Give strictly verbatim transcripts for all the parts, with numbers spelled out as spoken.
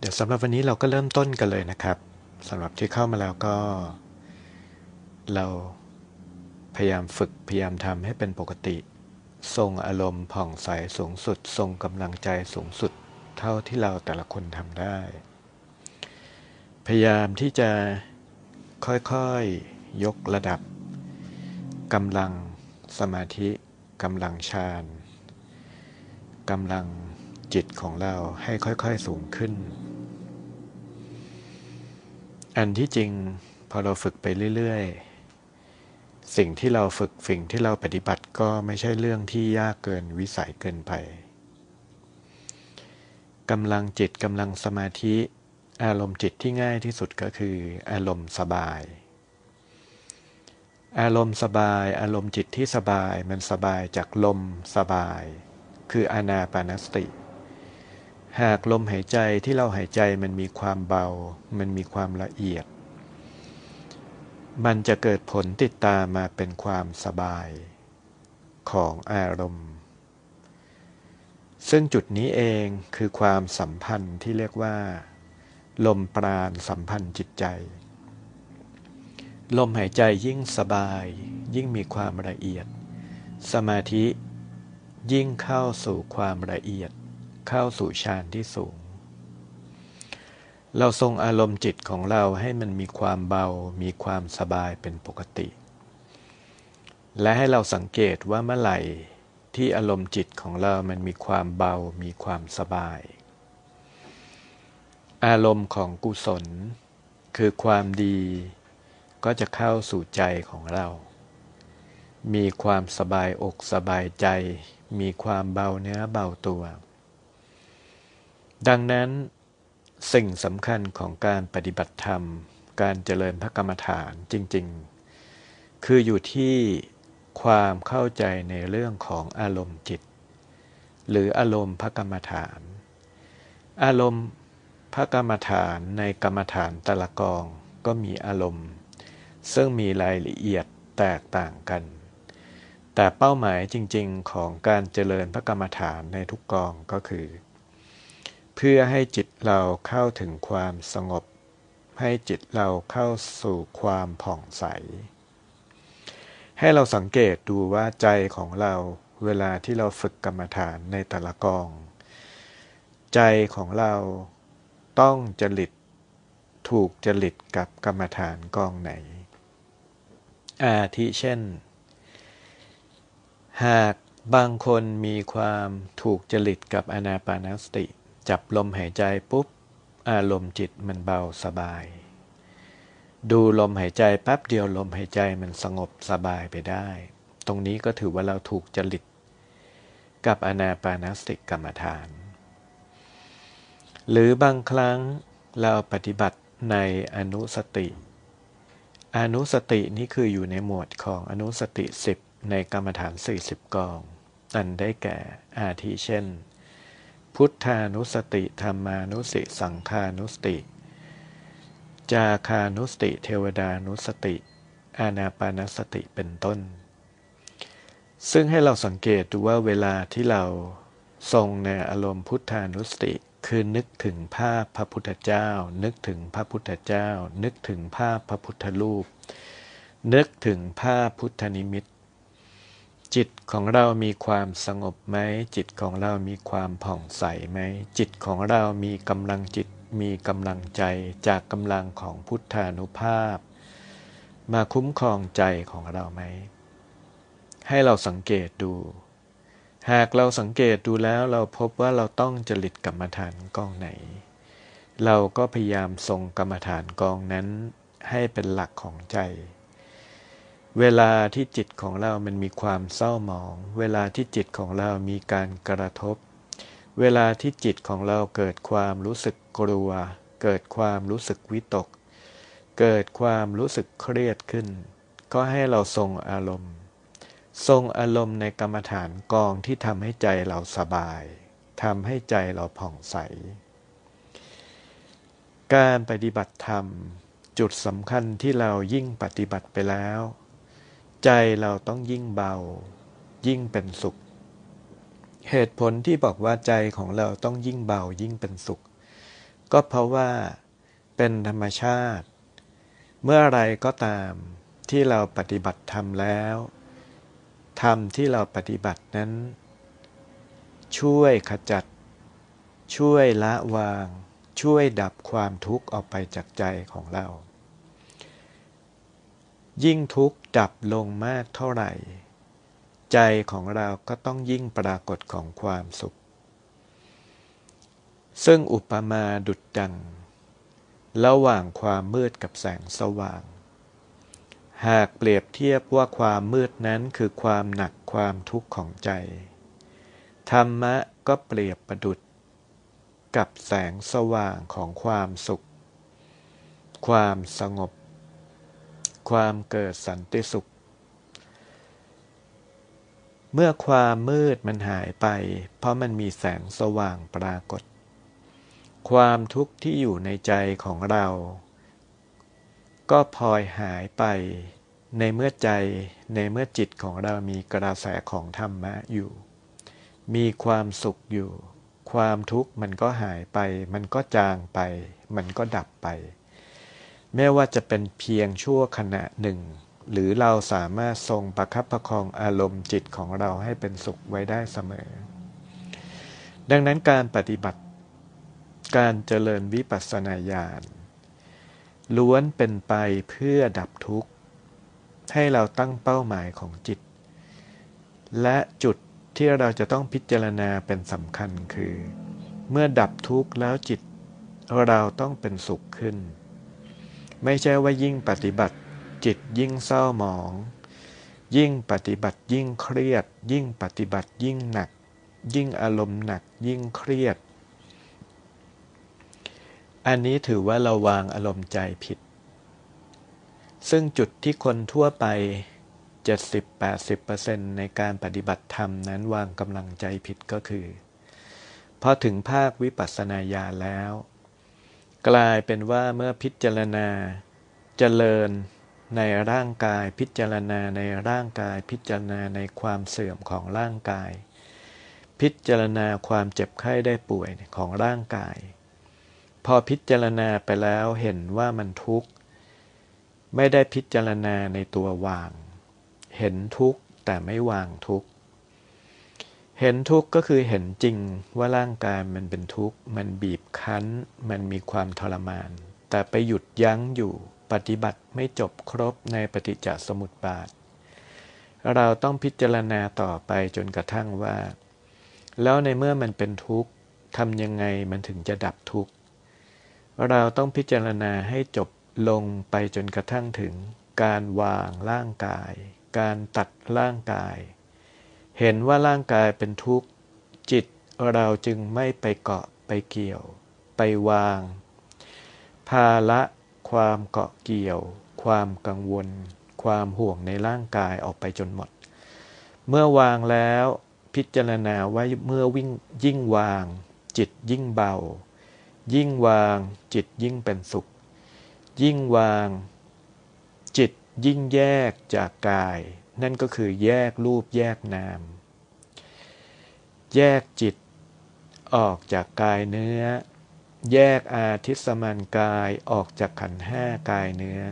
เดี๋ยวสำหรับวันนี้เราก็เริ่มต้นกันเลยนะครับสำหรับที่เข้ามาแล้วก็เราพยายามฝึกพยายามทำให้เป็นปกติทรงอารมณ์ผ่องใสสูงสุดทรงกำลังใจสูงสุดเท่าที่เราแต่ละคนทำได้พยายามที่จะค่อยๆยกระดับกำลังสมาธิกำลังฌานกำลังจิตของเราให้ค่อยๆสูงขึ้นอันที่จริงพอเราฝึกไปเรื่อยๆสิ่งที่เราฝึกสิ่งที่เราปฏิบัติก็ไม่ใช่เรื่องที่ยากเกินวิสัยเกินไปกำลังจิตกำลังสมาธิอารมณ์จิตที่ง่ายที่สุดก็คืออารมณ์สบายอารมณ์สบายอารมณ์จิตที่สบายมันสบายจากลมสบายคืออานาปานสติหากลมหายใจที่เราหายใจมันมีความเบามันมีความละเอียดมันจะเกิดผลติดตามมาเป็นความสบายของอารมณ์ซึ่งจุดนี้เองคือความสัมพันธ์ที่เรียกว่าลมปราณสัมพันธ์จิตใจลมหายใจยิ่งสบายยิ่งมีความละเอียดสมาธิยิ่งเข้าสู่ความละเอียดเข้าสู่ฌานที่สูงเราทรงอารมณ์จิตของเราให้มันมีความเบามีความสบายเป็นปกติและให้เราสังเกตว่าเมื่อไหร่ที่อารมณ์จิตของเรามันมีความเบามีความสบายอารมณ์ของกุศลคือความดีก็จะเข้าสู่ใจของเรามีความสบายอกสบายใจมีความเบาเนื้อเบาตัวดังนั้นสิ่งสำคัญของการปฏิบัติธรรมการเจริญพระกรรมฐานจริงๆคืออยู่ที่ความเข้าใจในเรื่องของอารมณ์จิตหรืออารมณ์พระกรรมฐานอารมณ์พระกรรมฐานในกรรมฐานแต่ละกองก็มีอารมณ์ซึ่งมีรายละเอียดแตกต่างกันแต่เป้าหมายจริงๆของการเจริญพระกรรมฐานในทุกกองก็คือเพื่อให้จิตเราเข้าถึงความสงบให้จิตเราเข้าสู่ความผ่องใสให้เราสังเกตดูว่าใจของเราเวลาที่เราฝึกกรรมฐานในแต่ละกองใจของเราต้องจริตถูกจริตกับกรรมฐานกองไหนอาทิเช่นหากบางคนมีความถูกจริตกับอานาปานสติจับลมหายใจปุ๊บอารมณ์จิตมันเบาสบายดูลมหายใจแป๊บเดียวลมหายใจมันสงบสบายไปได้ตรงนี้ก็ถือว่าเราถูกจริตกับอานาปานสติกรรมฐานหรือบางครั้งเราปฏิบัติในอนุสติอนุสตินี่คืออยู่ในหมวดของอนุสติสิบในกรรมฐานสี่สิบกองอันได้แก่อาทิเช่นพุทธานุสติธรรมานุสติสังฆานุสติจาคานุสติเทวดานุสติอานาปานสติเป็นต้นซึ่งให้เราสังเกตดูว่าเวลาที่เราทรงในอารมณ์พุทธานุสติคือนึกถึงภาพพระพุทธเจ้านึกถึงพระพุทธเจ้านึกถึงภาพพระพุทธรูปนึกถึงภาพพุทธนิมิตจิตของเรามีความสงบไหมจิตของเรามีความผ่องใสไหมจิตของเรามีกำลังจิตมีกำลังใจจากกำลังของพุทธานุภาพมาคุ้มครองใจของเราไหมให้เราสังเกตดูหากเราสังเกตดูแล้วเราพบว่าเราต้องจริตกรรมฐานกองไหนเราก็พยายามทรงกรรมฐานกองนั้นให้เป็นหลักของใจเวลาที่จิตของเรามันมีความเศร้าหมองเวลาที่จิตของเรามีการกระทบเวลาที่จิตของเราเกิดความรู้สึกกลัวเกิดความรู้สึกวิตกเกิดความรู้สึกเครียดขึ้นก็ให้เราทรงอารมณ์ทรงอารมณ์ในกรรมฐานกองที่ทำให้ใจเราสบายทำให้ใจเราผ่องใสการปฏิบัติธรรมจุดสำคัญที่เรายิ่งปฏิบัติไปแล้วใจเราต้องยิ่งเบายิ่งเป็นสุขเหตุผลที่บอกว่าใจของเราต้องยิ่งเบายิ่งเป็นสุขก็เพราะว่าเป็นธรรมชาติเมื่อไรก็ตามที่เราปฏิบัติธรรมแล้วธรรมที่เราปฏิบัตินั้นช่วยขจัดช่วยละวางช่วยดับความทุกข์ออกไปจากใจของเรายิ่งทุกข์ดับลงมากเท่าไหร่ใจของเราก็ต้องยิ่งปรากฏของความสุขซึ่งอุปมาดุจดังระหว่างความมืดกับแสงสว่างหากเปรียบเทียบว่าความมืดนั้นคือความหนักความทุกข์ของใจธรรมะก็เปรียบประดุจกับแสงสว่างของความสุขความสงบความเกิดสันติสุขเมื่อความมืดมันหายไปเพราะมันมีแสงสว่างปรากฏความทุกข์ที่อยู่ในใจของเราก็พลอยหายไปในเมื่อใจในเมื่อจิตของเรามีกระแสของธรรมะอยู่มีความสุขอยู่ความทุกข์มันก็หายไปมันก็จางไปมันก็ดับไปแม้ว่าจะเป็นเพียงชั่วขณะหนึ่งหรือเราสามารถทรงประคับประคองอารมณ์จิตของเราให้เป็นสุขไว้ได้เสมอดังนั้นการปฏิบัติการเจริญวิปัสสนาญาณล้วนเป็นไปเพื่อดับทุกข์ให้เราตั้งเป้าหมายของจิตและจุดที่เราจะต้องพิจารณาเป็นสำคัญคือเมื่อดับทุกข์แล้วจิตเราต้องเป็นสุขขึ้นไม่ใช่ว่ายิ่งปฏิบัติจิตยิ่งเศร้าหมองยิ่งปฏิบัติยิ่งเครียดยิ่งปฏิบัติยิ่งหนักยิ่งอารมณ์หนักยิ่งเครียดอันนี้ถือว่าเราวางอารมณ์ใจผิดซึ่งจุดที่คนทั่วไป เจ็ดสิบถึงแปดสิบเปอร์เซ็นต์ ในการปฏิบัติธรรมนั้นวางกำลังใจผิดก็คือพอถึงภาควิปัสสนาญาณแล้วกลายเป็นว่าเมื่อพิจารณาเจริญในร่างกายพิจารณาในร่างกายพิจารณาในความเสื่อมของร่างกายพิจารณาความเจ็บไข้ได้ป่วยของร่างกายพอพิจารณาไปแล้วเห็นว่ามันทุกข์ไม่ได้พิจารณาในตัววางเห็นทุกข์แต่ไม่วางทุกข์เห็นทุกข์ก็คือเห็นจริงว่าร่างกายมันเป็นทุกข์มันบีบคั้นมันมีความทรมานแต่ไปหยุดยั้งอยู่ปฏิบัติไม่จบครบในปฏิจจสมุปบาทเราต้องพิจารณาต่อไปจนกระทั่งว่าแล้วในเมื่อมันเป็นทุกข์ทำยังไงมันถึงจะดับทุกข์เราต้องพิจารณาให้จบลงไปจนกระทั่งถึงการวางร่างกายการตัดร่างกายเห็นว่าร่างกายเป็นทุกข์จิตเราจึงไม่ไปเกาะไปเกี่ยวไปวางภาระความเกาะเกี่ยวความกังวลความห่วงในร่างกายออกไปจนหมดเมื่อวางแล้วพิจารณาว่าเมื่อวิ่งยิ่งวางจิตยิ่งเบายิ่งวางจิตยิ่งเป็นสุขยิ่งวางจิตยิ่งแยกจากกายนั่นก็คือแยกรูปแยกนามแยกจิตออกจากกายเนื้อแยกอาทิสมันกายออกจากขันธ์ห้ากายเนื้อ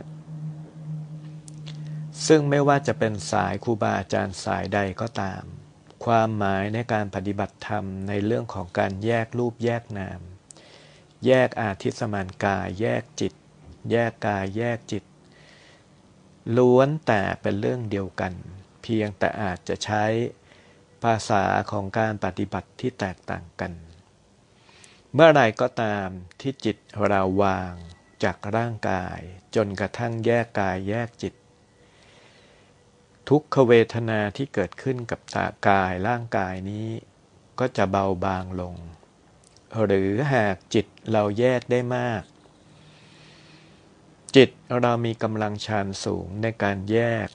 ซึ่งไม่ว่าจะเป็นสายครูบาอาจารย์สายใดก็ตามความหมายในการปฏิบัติธรรมในเรื่องของการแยกรูปแยกนามแยกอาทิสมันกายแยกจิตแยกกายแยกจิตล้วนแต่เป็นเรื่องเดียวกันเพียงแต่อาจจะใช้ภาษาของการปฏิบัติที่แตกต่างกันเมื่อไรก็ตามที่จิตเราวางจากร่างกายจนกระทั่งแยกกายแยกจิตทุกขเวทนาที่เกิดขึ้นกับตากายร่างกายนี้ก็จะเบาบางลงหรือหากจิตเราแยกได้มากจิตเรามีกำลังฌานสูงในการแยก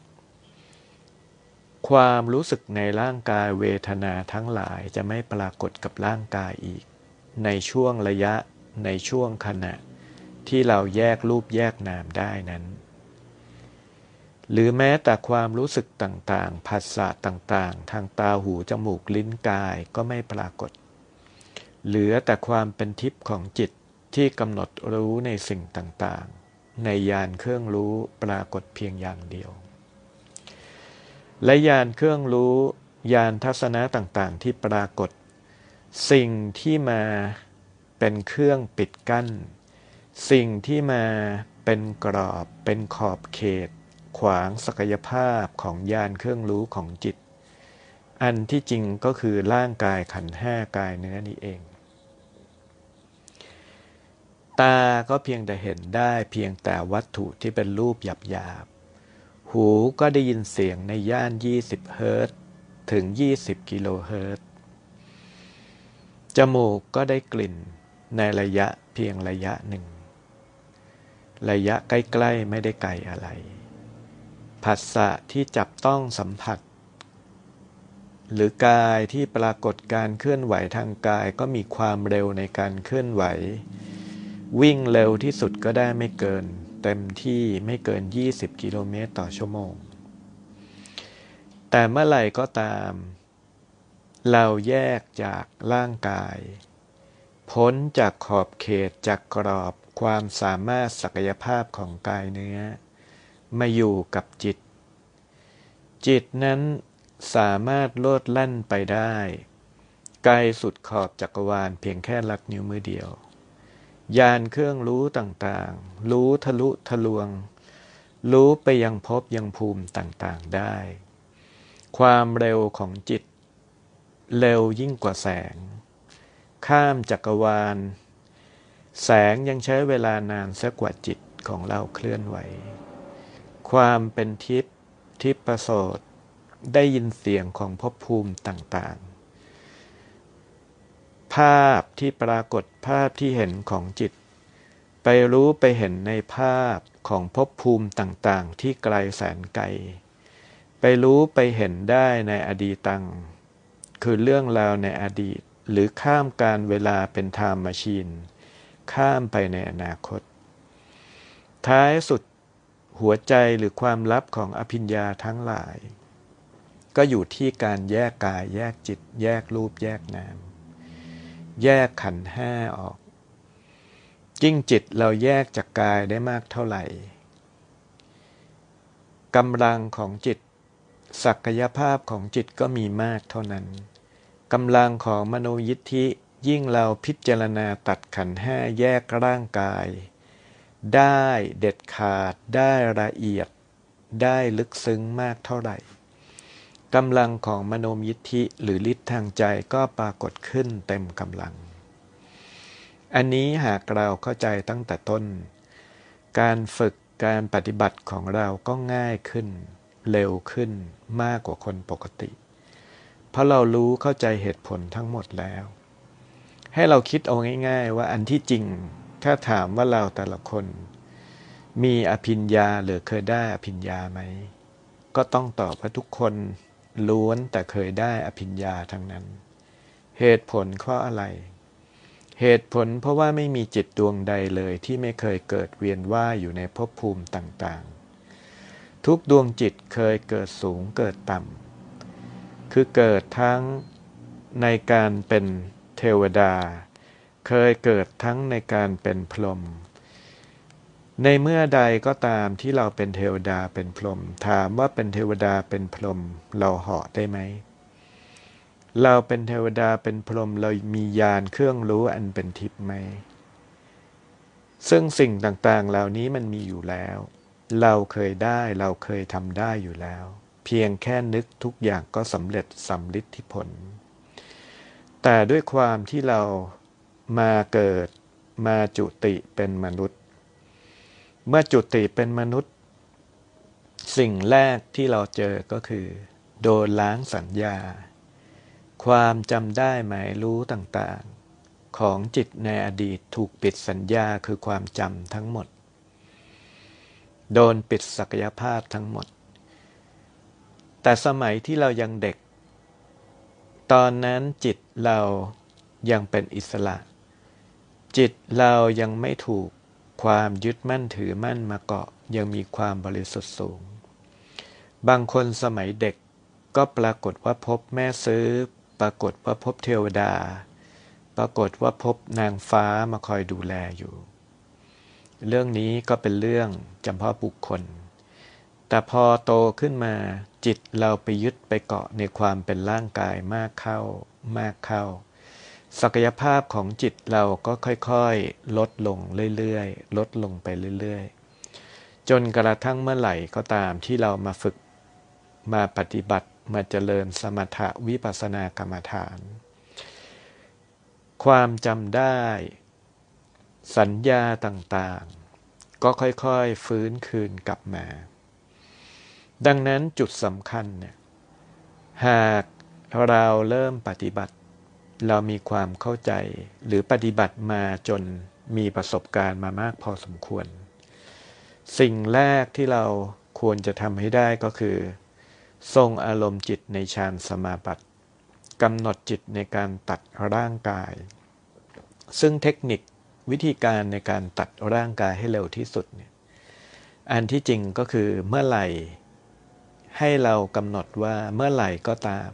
ความรู้สึกในร่างกายเวทนาทั้งหลายจะไม่ปรากฏกับร่างกายอีกในช่วงระยะในช่วงขณะที่เราแยกรูปแยกนามได้นั้นหรือแม้แต่ความรู้สึกต่างๆผัสสะต่างๆทางตาหูจมูกลิ้นกายก็ไม่ปรากฏเหลือแต่ความเป็นทิพย์ของจิตที่กำหนดรู้ในสิ่งต่างๆในญาณเครื่องรู้ปรากฏเพียงอย่างเดียวและญาณเครื่องรู้ญาณทัศนะต่างๆที่ปรากฏสิ่งที่มาเป็นเครื่องปิดกั้นสิ่งที่มาเป็นกรอบเป็นขอบเขตขวางศักยภาพของญาณเครื่องรู้ของจิตอันที่จริงก็คือร่างกายขันธ์ห้ากายเนื้อนี้เองตาก็เพียงแต่เห็นได้เพียงแต่วัตถุที่เป็นรูปหยาบๆหูก็ได้ยินเสียงในย่านยี่สิบเฮิรตซ์ถึงยี่สิบกิโลเฮิรตซ์จมูกก็ได้กลิ่นในระยะเพียงระยะหนึ่งระยะใกล้ๆไม่ได้ไกลอะไรผัสสะที่จับต้องสัมผัสหรือกายที่ปรากฏการเคลื่อนไหวทางกายก็มีความเร็วในการเคลื่อนไหววิ่งเร็วที่สุดก็ได้ไม่เกินเต็มที่ไม่เกินยี่สิบกิโลเมตรต่อชั่วโมงแต่เมื่อไหร่ก็ตามเราแยกจากร่างกายพ้นจากขอบเขตจากกรอบความสามารถศักยภาพของกายเนื้อมาอยู่กับจิตจิตนั้นสามารถโลดแล่นไปได้ไกลสุดขอบจักรวาลเพียงแค่ลัดนิ้วมือเดียวญาณเครื่องรู้ต่างๆรู้ทะลุทะลวงรู้ไปยังภพยังภูมิต่างๆได้ความเร็วของจิตเร็วยิ่งกว่าแสงข้ามจักรวาลแสงยังใช้เวลานานสักกว่าจิตของเราเคลื่อนไหวความเป็นทิพย์ทิพย์ประเสริฐได้ยินเสียงของภพภูมิต่างๆภาพที่ปรากฏภาพที่เห็นของจิตไปรู้ไปเห็นในภาพของภพภูมิต่างๆที่ไกลแสนไกลไปรู้ไปเห็นได้ในอดีตังคือเรื่องราวในอดีตหรือข้ามการเวลาเป็นไทม์แมชชีนข้ามไปในอนาคตท้ายสุดหัวใจหรือความลับของอภิญญาทั้งหลายก็อยู่ที่การแยกกายแยกจิตแยกรูปแยกนามแยกขันธ์ห้าออกยิ่งจิตเราแยกจากกายได้มากเท่าไหร่กำลังของจิตศักยภาพของจิตก็มีมากเท่านั้นกำลังของมโนยิทธิยิ่งเราพิจารณาตัดขันธ์ห้าแยกร่างกายได้เด็ดขาดได้ละเอียดได้ลึกซึ้งมากเท่าไหร่กำลังของมโนยิทธิหรือฤทธิ์ทางใจก็ปรากฏขึ้นเต็มกำลังอันนี้หากเราเข้าใจตั้งแต่ต้นการฝึกการปฏิบัติของเราก็ง่ายขึ้นเร็วขึ้นมากกว่าคนปกติเพราะเรารู้เข้าใจเหตุผลทั้งหมดแล้วให้เราคิดเอาง่ายๆว่าอันที่จริงถ้าถามว่าเราแต่ละคนมีอภิญญาหรือเคยได้อภิญญาไหมก็ต้องตอบว่าทุกคนล้วนแต่เคยได้อภิญญาทั้งนั้นเหตุผลเพราะอะไรเหตุผลเพราะว่าไม่มีจิตดวงใดเลยที่ไม่เคยเกิดเวียนว่ายอยู่ในภพภูมิต่างๆทุกดวงจิตเคยเกิดสูงเกิดต่ำคือเกิดทั้งในการเป็นเทวดาเคยเกิดทั้งในการเป็นพรหมในเมื่อใดก็ตามที่เราเป็นเทวดาเป็นพรหมถามว่าเป็นเทวดาเป็นพรหมเราเหาะได้ไหมเราเป็นเทวดาเป็นพรหมเรามีญาณเครื่องรู้อันเป็นทิพย์ไหมซึ่งสิ่งต่างๆเหล่านี้มันมีอยู่แล้วเราเคยได้เราเคยทำได้อยู่แล้วเพียงแค่นึกทุกอย่างก็สำเร็จสำฤทธิผลแต่ด้วยความที่เรามาเกิดมาจุติเป็นมนุษย์เมื่อจุติเป็นมนุษย์สิ่งแรกที่เราเจอก็คือโดนล้างสัญญาความจำได้หมายรู้ต่างๆของจิตในอดีตถูกปิดสัญญาคือความจำทั้งหมดโดนปิดศักยภาพทั้งหมดแต่สมัยที่เรายังเด็กตอนนั้นจิตเรายังเป็นอิสระจิตเรายังไม่ถูกความยึดมั่นถือมั่นมาเกาะยังมีความบริสุทธิ์สูงบางคนสมัยเด็กก็ปรากฏว่าพบแม่ซื้อปรากฏว่าพบเทวดาปรากฏว่าพบนางฟ้ามาคอยดูแลอยู่เรื่องนี้ก็เป็นเรื่องจำเพาะบุคคลแต่พอโตขึ้นมาจิตเราไปยึดไปเกาะในความเป็นร่างกายมากเข้ามากเข้าศักยภาพของจิตเราก็ค่อยๆลดลงเรื่อยๆลดลงไปเรื่อยๆจนกระทั่งเมื่อไหร่ก็ตามที่เรามาฝึกมาปฏิบัติมาเจริญสมถะวิปัสสนากรรมฐานความจำได้สัญญาต่างๆก็ค่อยๆฟื้นคืนกลับมาดังนั้นจุดสำคัญเนี่ยหากเราเริ่มปฏิบัติเรามีความเข้าใจหรือปฏิบัติมาจนมีประสบการณ์มามากพอสมควรสิ่งแรกที่เราควรจะทำให้ได้ก็คือทรงอารมณ์จิตในฌานสมาบัติกำหนดจิตในการตัดร่างกายซึ่งเทคนิควิธีการในการตัดร่างกายให้เร็วที่สุดเนี่ยอันที่จริงก็คือเมื่อไหร่ให้เรากำหนดว่าเมื่อไหร่ก็ตาม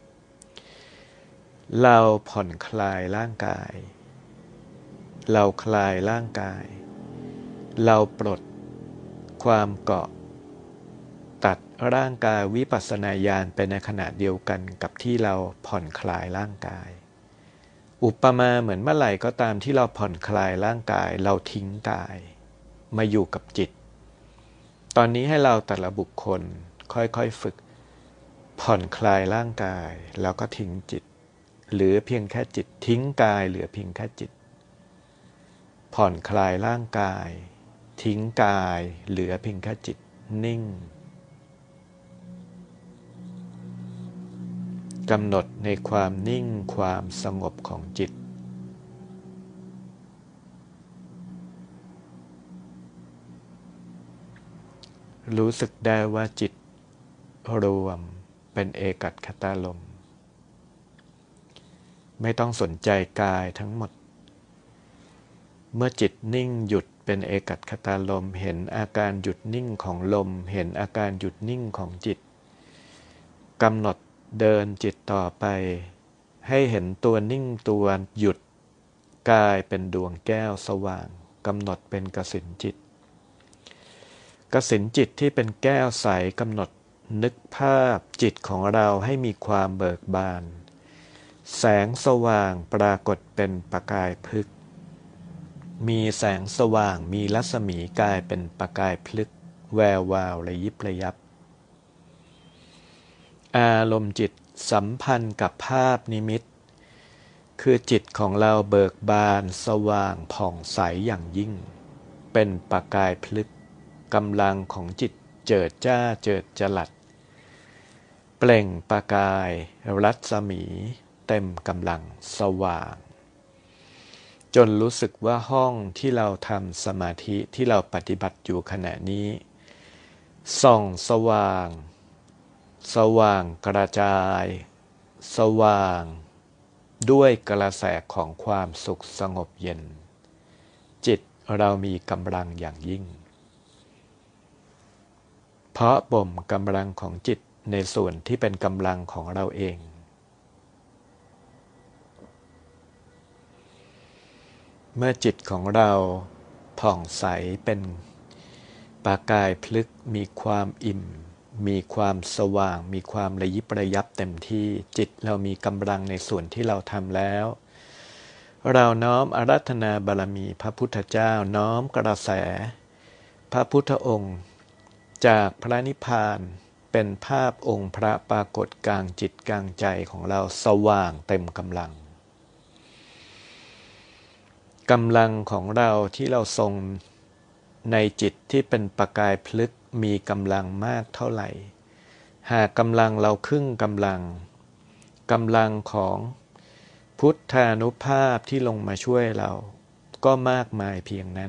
เราผ่อนคลายร่างกายเราคลายร่างกายเราปลดความเกาะตัดร่างกายวิปัสสนาญาณไปในขณะเดียวกันกับที่เราผ่อนคลายร่างกายอุปมาเหมือนเมื่อไหร่ก็ตามที่เราผ่อนคลายร่างกายเราทิ้งกายมาอยู่กับจิตตอนนี้ให้เราแต่ละบุคคลค่อยๆฝึกผ่อนคลายร่างกายแล้วก็ทิ้งจิตเหลือเพียงแค่จิตทิ้งกายเหลือเพียงแค่จิตผ่อนคลายร่างกายทิ้งกายเหลือเพียงแค่จิตนิ่งกำหนดในความนิ่งความสงบของจิตรู้สึกได้ว่าจิตรวมเป็นเอกัคตารมณ์ไม่ต้องสนใจกายทั้งหมดเมื่อจิตนิ่งหยุดเป็นเอกัคตารมณ์เห็นอาการหยุดนิ่งของลมเห็นอาการหยุดนิ่งของจิตกำหนดเดินจิตต่อไปให้เห็นตัวนิ่งตัวหยุดกายเป็นดวงแก้วสว่างกำหนดเป็นกสิณจิตกสิณจิตที่เป็นแก้วใสกำหนดนึกภาพจิตของเราให้มีความเบิกบานแสงสว่างปรากฏเป็นประกายพฤกษ์มีแสงสว่างมีรัศมีกายเป็นประกายพลึกแวววาวระยิบระยับอารมณ์จิตสัมพันธ์กับภาพนิมิตคือจิตของเราเบิกบานสว่างผ่องใสอย่างยิ่งเป็นประกายพลึกกำลังของจิตเจิดจ้าเจิดจรัสเปล่งประกายรัศมีเต็มกำลังสว่างจนรู้สึกว่าห้องที่เราทำสมาธิที่เราปฏิบัติอยู่ขณะนี้ส่องสว่างสว่างกระจายสว่างด้วยกระแสของความสุขสงบเย็นจิตเรามีกำลังอย่างยิ่งเพราะบ่มกำลังของจิตในส่วนที่เป็นกำลังของเราเองเมื่อจิตของเราผ่องใสเป็นประกายพลึกมีความอิ่มมีความสว่างมีความระยิบระยับเต็มที่จิตเรามีกำลังในส่วนที่เราทำแล้วเราน้อมอาราธนาบารมีพระพุทธเจ้าน้อมกระแสพระพุทธองค์จากพระนิพพานเป็นภาพองค์พระปรากฏกลางจิตกลางใจของเราสว่างเต็มกำลังกำลังของเราที่เราทรงในจิตที่เป็นประกายพลึกมีกำลังมากเท่าไหร่หากกำลังเราครึ่งกำลังกำลังของพุทธานุภาพที่ลงมาช่วยเราก็มากมายเพียงนั้น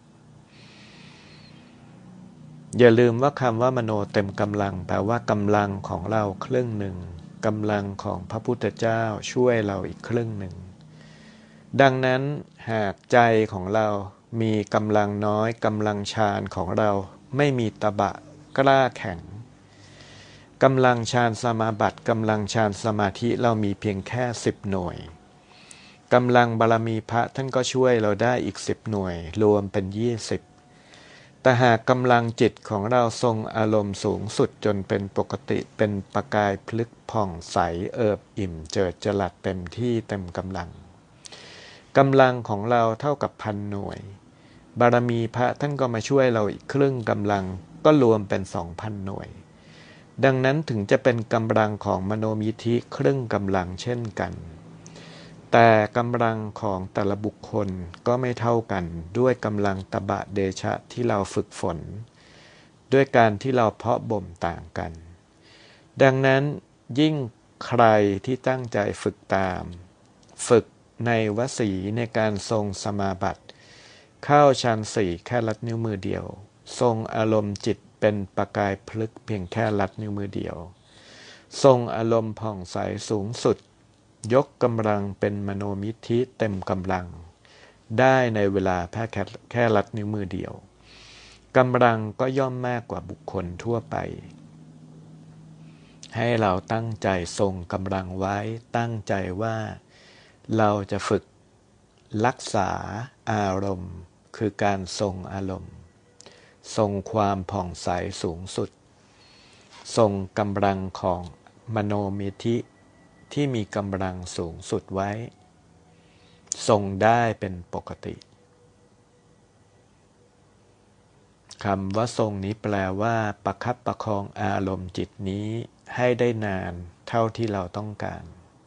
อย่าลืมว่าคำว่ามโนเต็มกำลังแปลว่ากำลังของเราครึ่งหนึ่งกำลังของพระพุทธเจ้าช่วยเราอีกครึ่งหนึ่งดังนั้นหากใจของเรามีกำลังน้อยกำลังฌานของเราไม่มีตบะกล้าแข็งกำลังฌานสมาบัติกำลังฌานสมาธิเรามีเพียงแค่สิบหน่วยกำลังบารมีพระท่านก็ช่วยเราได้อีกสิบหน่วยรวมเป็นยี่สิบแต่หากกำลังจิตของเราทรงอารมณ์สูงสุดจนเป็นปกติเป็นประกายพลึกผ่องใสเอิบอิ่มเจิดจรัสเต็มที่เต็มกำลังกำลังของเราเท่ากับพันหน่วยบารมีพระท่านก็มาช่วยเราอีกครึ่งกำลังก็รวมเป็นสองพันหน่วยดังนั้นถึงจะเป็นกำลังของมโนมิธิครึ่งกำลังเช่นกันแต่กำลังของแต่ละบุคคลก็ไม่เท่ากันด้วยกำลังตบะเดชะที่เราฝึกฝนด้วยการที่เราเพาะบ่มต่างกันดังนั้นยิ่งใครที่ตั้งใจฝึกตามฝึกในวสีในการทรงสมาบัติเข้าฌานสี่แค่ลัดนิ้วมือเดียวทรงอารมณ์จิตเป็นประกายพลึกเพียงแค่ลัดนิ้วมือเดียวทรงอารมณ์ผ่องใสสูงสุดยกกำลังเป็นมโนมิธิเต็มกำลังได้ในเวลาแค่แค่แค่ลัดนิ้วมือเดียวกำลังก็ย่อมมากกว่าบุคคลทั่วไปให้เราตั้งใจทรงกำลังไว้ตั้งใจว่าเราจะฝึกรักษาอารมณ์คือการทรงอารมณ์ทรงความผ่องใสสูงสุดทรงกำลังของมโนมิธิที่มีกำลังสูงสุดไว้ทรงได้เป็นปกติคำว่าทรงนี้แปลว่าประคับประคองอารมณ์จิตนี้ให้ได้นานเท่าที่เราต้องการ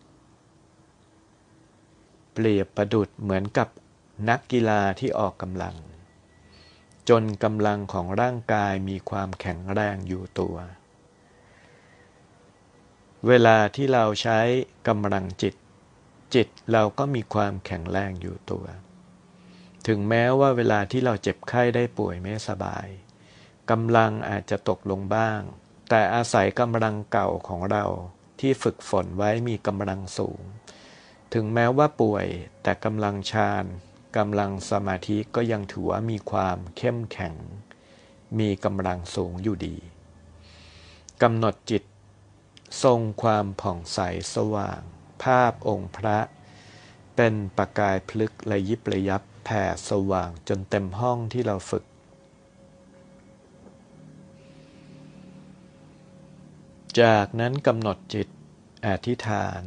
เปรียบประดุจเหมือนกับนักกีฬาที่ออกกำลังจนกำลังของร่างกายมีความแข็งแรงอยู่ตัวเวลาที่เราใช้กำลังจิตจิตเราก็มีความแข็งแรงอยู่ตัวถึงแม้ว่าเวลาที่เราเจ็บไข้ได้ป่วยไม่สบายกำลังอาจจะตกลงบ้างแต่อาศัยกำลังเก่าของเราที่ฝึกฝนไว้มีกำลังสูงถึงแม้ว่าป่วยแต่กำลังฌานกำลังสมาธิก็ยังถือว่ามีความเข้มแข็งมีกำลังสูงอยู่ดีกำหนดจิตทรงความผ่องใสสว่างภาพองค์พระเป็นประกายพลึกระยิบระยับแผ่สว่างจนเต็มห้องที่เราฝึกจากนั้นกำหนดจิตอธิษฐาน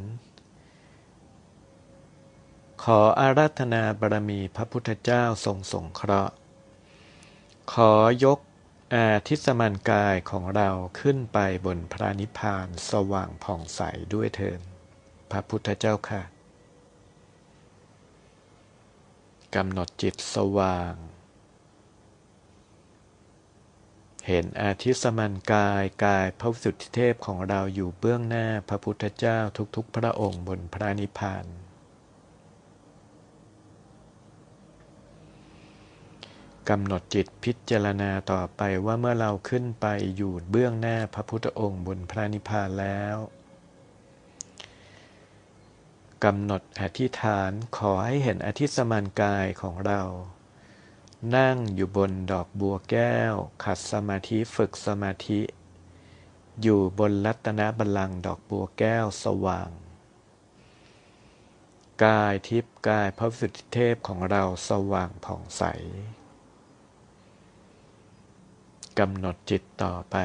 ขออาราธนาบารมีพระพุทธเจ้าทรงสงเคราะห์ขอยกอาทิสมานกายของเราขึ้นไปบนพระนิพพานสว่างผ่องใสด้วยเถิดพระพุทธเจ้าค่ะกำหนดจิตสว่างเห็นอาทิสมานกายกายพระวิสุทธิเทพของเราอยู่เบื้องหน้าพระพุทธเจ้าทุกๆพระองค์บนพระนิพพานกำหนดจิตพิจารณาต่อไปว่าเมื่อเราขึ้นไปอยู่เบื้องหน้าพระพุทธองค์บนพระนิพพานแล้วกำหนดอธิษฐานขอให้เห็นอาทิสมานกายของเรานั่งอยู่บนดอกบัวแก้วขัดสมาธิฝึกสมาธิอยู่บนรัตนบัลลังก์ดอกบัวแก้วสว่างกายทิพย์กายพระวิสุทธิเทพของเราสว่างผ่องใสกำหนดจิตต่อไป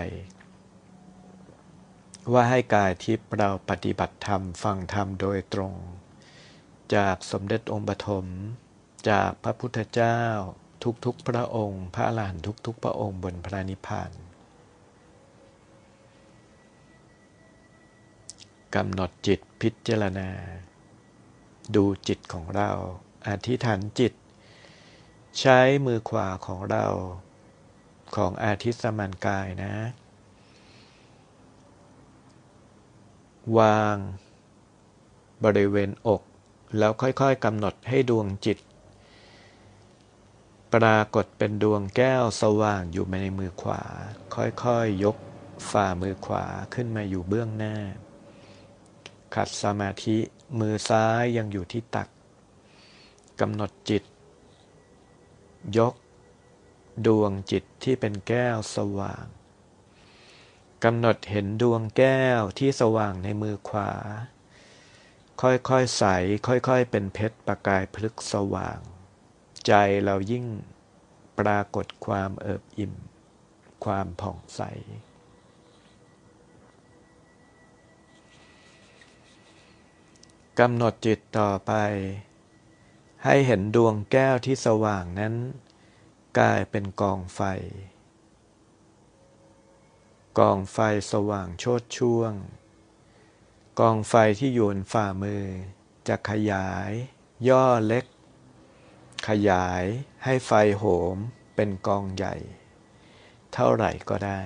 ว่าให้กายทิพย์เราปฏิบัติธรรมฟังธรรมโดยตรงจากสมเด็จองค์ปฐมจากพระพุทธเจ้าทุกๆพระองค์พระอรหันต์ทุกๆพระองค์บนพระนิพพานกำหนดจิตพิจารณาดูจิตของเราอธิษฐานจิตใช้มือขวาของเราของอาทิสมานกายนะวางบริเวณอกแล้วค่อยๆกำหนดให้ดวงจิตปรากฏเป็นดวงแก้วสว่างอยู่ในมือขวาค่อยๆยกฝ่ามือขวาขึ้นมาอยู่เบื้องหน้าขัดสมาธิมือซ้ายยังอยู่ที่ตักกำหนดจิตยกดวงจิตที่เป็นแก้วสว่างกำหนดเห็นดวงแก้วที่สว่างในมือขวาค่อยๆใสค่อยๆเป็นเพชรประกายพลึกสว่างใจเรายิ่งปรากฏความเอิบอิ่มความผ่องใสกำหนดจิตต่อไปให้เห็นดวงแก้วที่สว่างนั้นกลายเป็นกองไฟกองไฟสว่างโชติช่วงกองไฟที่อยู่บนฝ่ามือจะขยายย่อเล็กขยายให้ไฟโหมเป็นกองใหญ่เท่าไหร่ก็ได้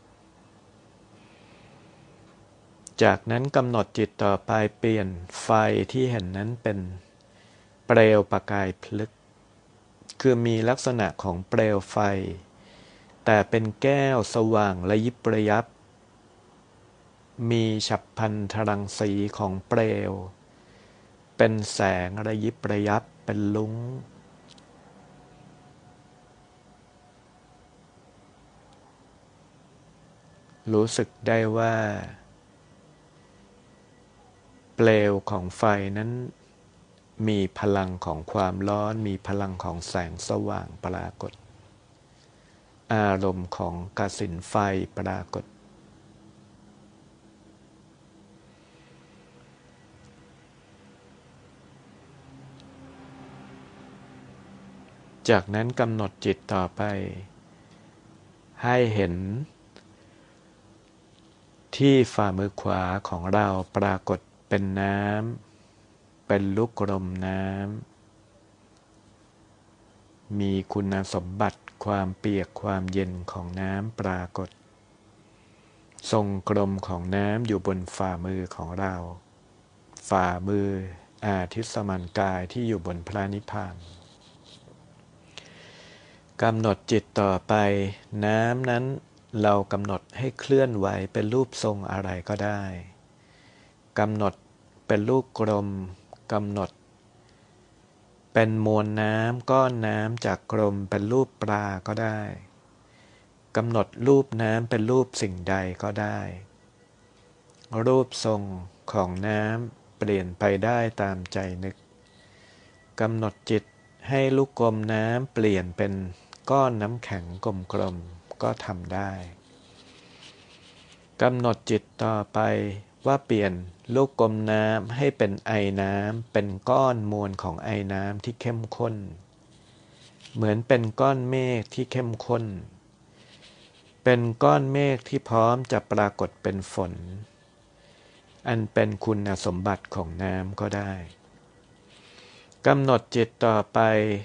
จากนั้นกำหนดจิตต่อไปเปลี่ยนไฟที่เห็นนั้นเป็นเปลวประกายพลึกคือมีลักษณะของเปลวไฟแต่เป็นแก้วสว่างระยิบระยับมีฉับพลันทรังสีของเปลวเป็นแสงระยิบระยับเป็นลุ้งรู้สึกได้ว่าเปลวของไฟนั้นมีพลังของความร้อนมีพลังของแสงสว่างปรากฏอารมณ์ของกสิณไฟปรากฏจากนั้นกำหนดจิตต่อไปให้เห็นที่ฝ่ามือขวาของเราปรากฏเป็นน้ำเป็นลูกกลมน้ำมีคุณสมบัติความเปียกความเย็นของน้ำปรากฏทรงกลมของน้ำอยู่บนฝ่ามือของเราฝ่ามืออาทิสมันกายที่อยู่บนพระนิพพานกำหนดจิตต่อไปน้ำนั้นเรากำหนดให้เคลื่อนไหวเป็นรูปทรงอะไรก็ได้กำหนดเป็นลูกกลมกำหนดเป็นมวลน้ำก้อนน้ำจากกลมเป็นรูปปลาก็ได้กำหนดรูปน้ำเป็นรูปสิ่งใดก็ได้รูปทรงของน้ำเปลี่ยนไปได้ตามใจนึกกำหนดจิตให้ลูกกลมน้ำเปลี่ยนเป็นก้อนน้ำแข็งกลมๆก็ทำได้กำหนดจิตต่อไปว่าเปลี่ยนลูกกลมน้ำให้เป็นไอน้ำเป็นก้อนมวลของไอน้ำที่เข้มข้นเหมือนเป็นก้อนเมฆที่เข้มข้นเป็นก้อนเมฆที่พร้อมจะปรากฏเป็นฝนอันเป็นคุณสมบัติของน้ำก็ได้กำหนดจิตต่อไป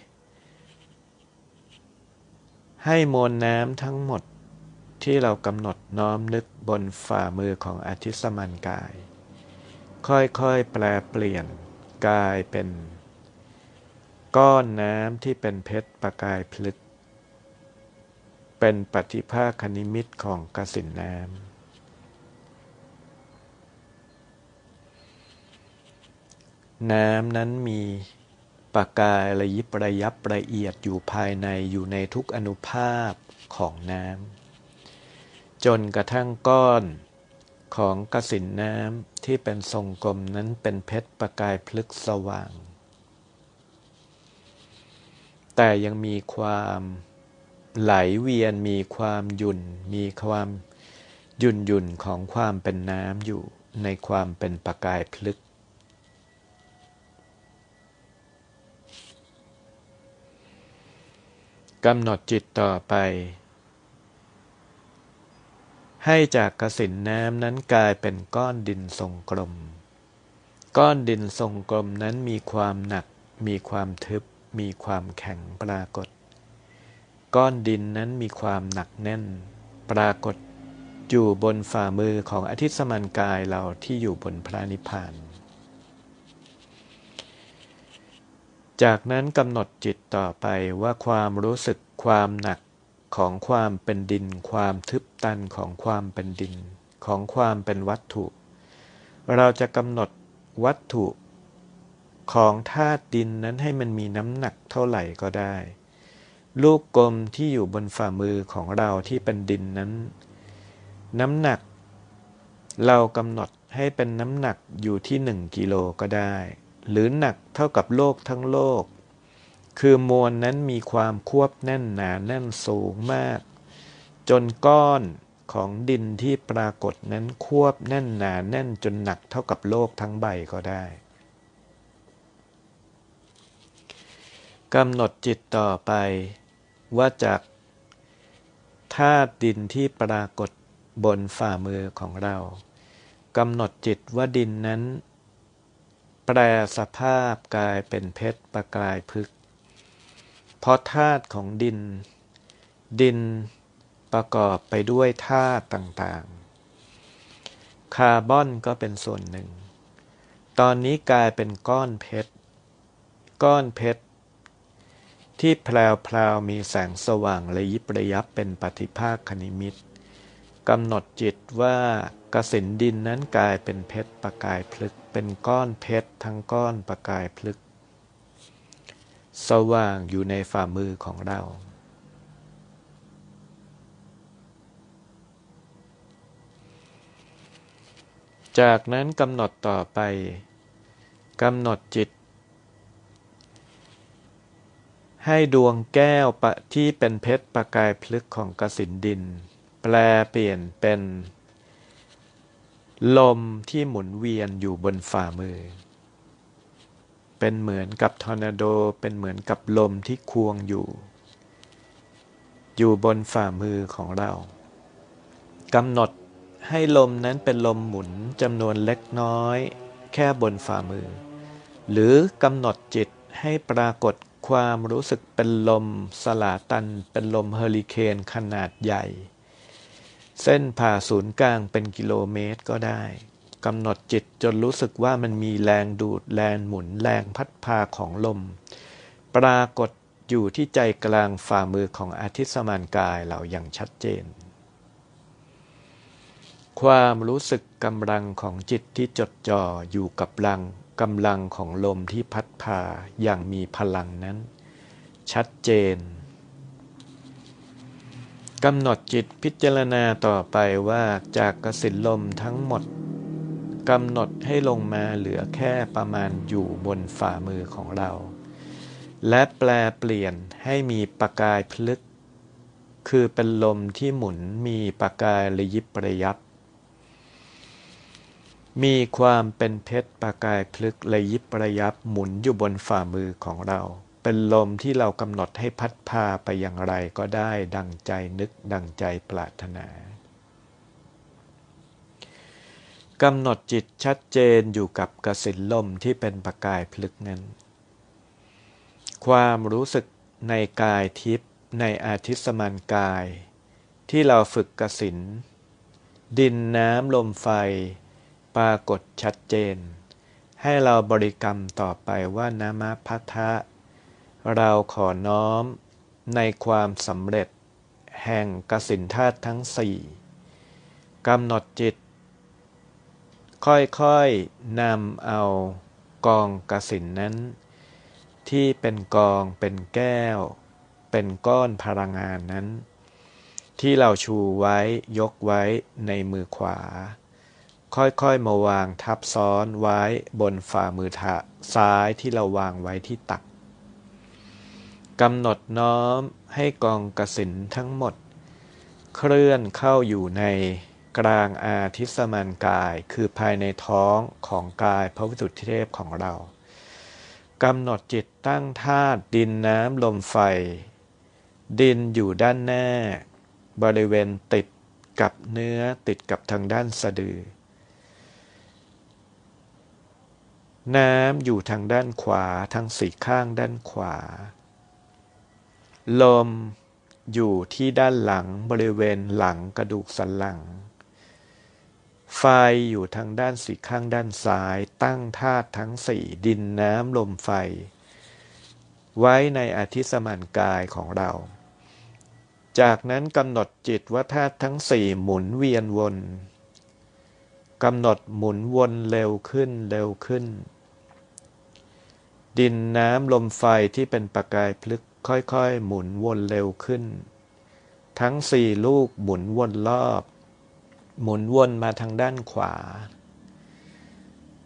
ให้มวลน้ำทั้งหมดที่เรากำหนดน้อมนึกบนฝ่ามือของอาทิสมันกายค่อยๆแปลเปลี่ยนกลายเป็นก้อนน้ำที่เป็นเพชรประกายพลึกเป็นปฏิภาคนิมิตของกสิณน้ำน้ำนั้นมีประกายระยิบระยับละเอียดอยู่ภายในอยู่ในทุกอนุภาพของน้ำจนกระทั่งก้อนของกสิณน้ำที่เป็นทรงกลมนั้นเป็นเพชรประกายพลึกสว่างแต่ยังมีความไหลเวียนมีความหยุ่นมีความหยุ่นหยุ่นของความเป็นน้ำอยู่ในความเป็นประกายพลึกกำหนดจิตต่อไปให้จากกสิณน้ำนั้นกลายเป็นก้อนดินทรงกลมก้อนดินทรงกลมนั้นมีความหนักมีความทึบมีความแข็งปรากฏก้อนดินนั้นมีความหนักแน่นปรากฏอยู่บนฝ่ามือของอาทิสมันกายเราที่อยู่บนพระนิพพานจากนั้นกำหนดจิตต่อไปว่าความรู้สึกความหนักของความเป็นดินความทึบตันของความเป็นดินของความเป็นวัตถุเราจะกำหนดวัตถุของธาตุดินนั้นให้มันมีน้ำหนักเท่าไหร่ก็ได้ลูกกลมที่อยู่บนฝ่ามือของเราที่เป็นดินนั้นน้ำหนักเรากำหนดให้เป็นน้ำหนักอยู่ที่หนึ่งกิโลก็ได้หรือหนักเท่ากับโลกทั้งโลกคือมวลนั้นมีความควบแน่นหนาแน่นสูงมากจนก้อนของดินที่ปรากฏนั้นควบแน่นหนาแน่นจนหนักเท่ากับโลกทั้งใบก็ได้กำหนดจิตต่อไปว่าจากธาตุดินที่ปรากฏบนฝ่ามือของเรากำหนดจิตว่าดินนั้นแปรสภาพกลายเป็นเพชรประกายพฤกษ์เพราะธาตุของดินดินประกอบไปด้วยธาตุต่างๆคาร์บอนก็เป็นส่วนหนึ่งตอนนี้กลายเป็นก้อนเพชรก้อนเพชรที่แพลวๆมีแสงสว่างระยิบระยับเป็นปฏิภาคนิมิตกำหนดจิตว่ากสิณดินนั้นกลายเป็นเพชรประกายพลึกเป็นก้อนเพชรทั้งก้อนประกายพลึกสว่างอยู่ในฝ่ามือของเราจากนั้นกำหนดต่อไปกำหนดจิตให้ดวงแก้วปะที่เป็นเพชรประกายพลึกของกสิณดินแปลเปลี่ยนเป็นลมที่หมุนเวียนอยู่บนฝ่ามือเป็นเหมือนกับทอร์นาโดเป็นเหมือนกับลมที่ควงอยู่อยู่บนฝ่ามือของเรากำหนดให้ลมนั้นเป็นลมหมุนจำนวนเล็กน้อยแค่บนฝ่ามือหรือกำหนดจิตให้ปรากฏความรู้สึกเป็นลมสลาตันเป็นลมเฮอริเคนขนาดใหญ่เส้นผ่าศูนย์กลางเป็นกิโลเมตรก็ได้กำหนดจิตจนรู้สึกว่ามันมีแรงดูดแรงหมุนแรงพัดพาของลมปรากฏอยู่ที่ใจกลางฝ่ามือของอาทิตย์สมานกายเราอย่างชัดเจนความรู้สึกกำลังของจิตที่จดจ่ออยู่กับลังกำลังของลมที่พัดพาอย่างมีพลังนั้นชัดเจนกำหนดจิตพิจารณาต่อไปว่าจากกสิณลมทั้งหมดกำหนดให้ลงมาเหลือแค่ประมาณอยู่บนฝ่ามือของเราและแปลเปลี่ยนให้มีประกายพลึกคือเป็นลมที่หมุนมีประกายระยิบระยับมีความเป็นเพชรประกายพลึกระยิบระยับหมุนอยู่บนฝ่ามือของเราเป็นลมที่เรากำหนดให้พัดพาไปอย่างไรก็ได้ดังใจนึกดังใจปรารถนากำหนดจิตชัดเจนอยู่กับกสิณลมที่เป็นประกายพลึกนั้นความรู้สึกในกายทิพย์ในอาทิตย์สมานกายที่เราฝึกกสิณดินน้ำลมไฟปรากฏชัดเจนให้เราบริกรรมต่อไปว่านะมะพัทธะเราขอน้อมในความสำเร็จแห่งกสิณธาตุทั้งสี่กำหนดจิตค่อยๆนำเอากองกสิณนั้นที่เป็นกองเป็นแก้วเป็นก้อนพลังงานนั้นที่เราชูไว้ยกไว้ในมือขวาค่อยๆมาวางทับซ้อนไว้บนฝ่ามือซ้ายที่เราวางไว้ที่ตักกำหนดน้อมให้กองกสิณทั้งหมดเคลื่อนเข้าอยู่ในกลางอาทิตย์สมานกายคือภายในท้องของกายพระวิสุทธิเทพของเรากำหนดจิตตั้งธาตุดินน้ำลมไฟดินอยู่ด้านหน้าบริเวณติดกับเนื้อติดกับทางด้านสะดือน้ำอยู่ทางด้านขวาทางสี่ข้างด้านขวาลมอยู่ที่ด้านหลังบริเวณหลังกระดูกสันหลังไฟอยู่ทางด้านสี่ข้างด้านซ้ายตั้งธาตุทั้งสี่ดินน้ำลมไฟไว้ในอาทิตย์สมานกายของเราจากนั้นกำหนดจิตว่าธาตุทั้งสี่หมุนเวียนวนกำหนดหมุนวนเร็วขึ้นเร็วขึ้นดินน้ำลมไฟที่เป็นประกายพลึกค่อยๆหมุนวนเร็วขึ้นทั้งสี่ลูกหมุนวนรอบหมุนวนมาทางด้านขวา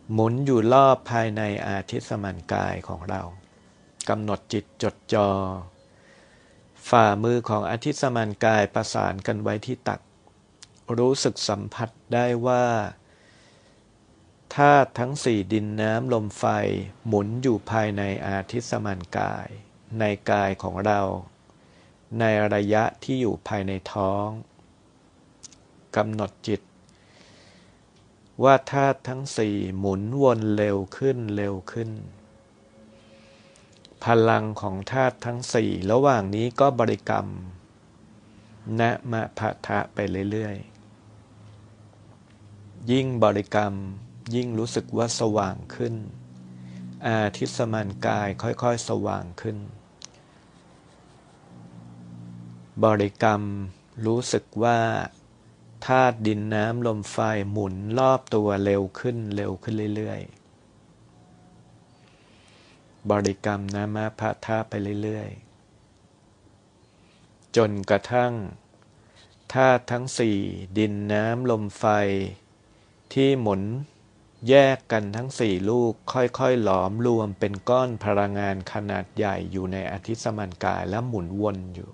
หมุนอยู่รอบภายในอาทิสมันกายของเรากำหนดจิตจดจ่อฝ่ามือของอาทิสมันกายประสานกันไว้ที่ตักรู้สึกสัมผัสได้ว่าธาตุทั้งสี่ดินน้ำลมไฟหมุนอยู่ภายในอาทิสมันกายในกายของเราในระยะที่อยู่ภายในท้องกำหนดจิตว่าธาตุทั้งสี่หมุนวนเร็วขึ้นเร็วขึ้นพลังของธาตุทั้งสี่ระหว่างนี้ก็บริกรรมนะมะพะทะไปเรื่อยๆยิ่งบริกรรมยิ่งรู้สึกว่าสว่างขึ้นอาทิสมันกายค่อยๆสว่างขึ้นบริกรรมรู้สึกว่าธาตุดินน้ำลมไฟหมุนรอบตัวเร็วขึ้นเร็วขึ้นเรื่อยๆบริกรรมนะมะพะทะไปเรื่อยๆจนกระทั่งธาตุทั้งสี่ดินน้ำลมไฟที่หมุนแยกกันทั้งสี่ลูกค่อยๆหลอมรวมเป็นก้อนพลังงานขนาดใหญ่อยู่ในอาทิสมันกายและหมุนวนอยู่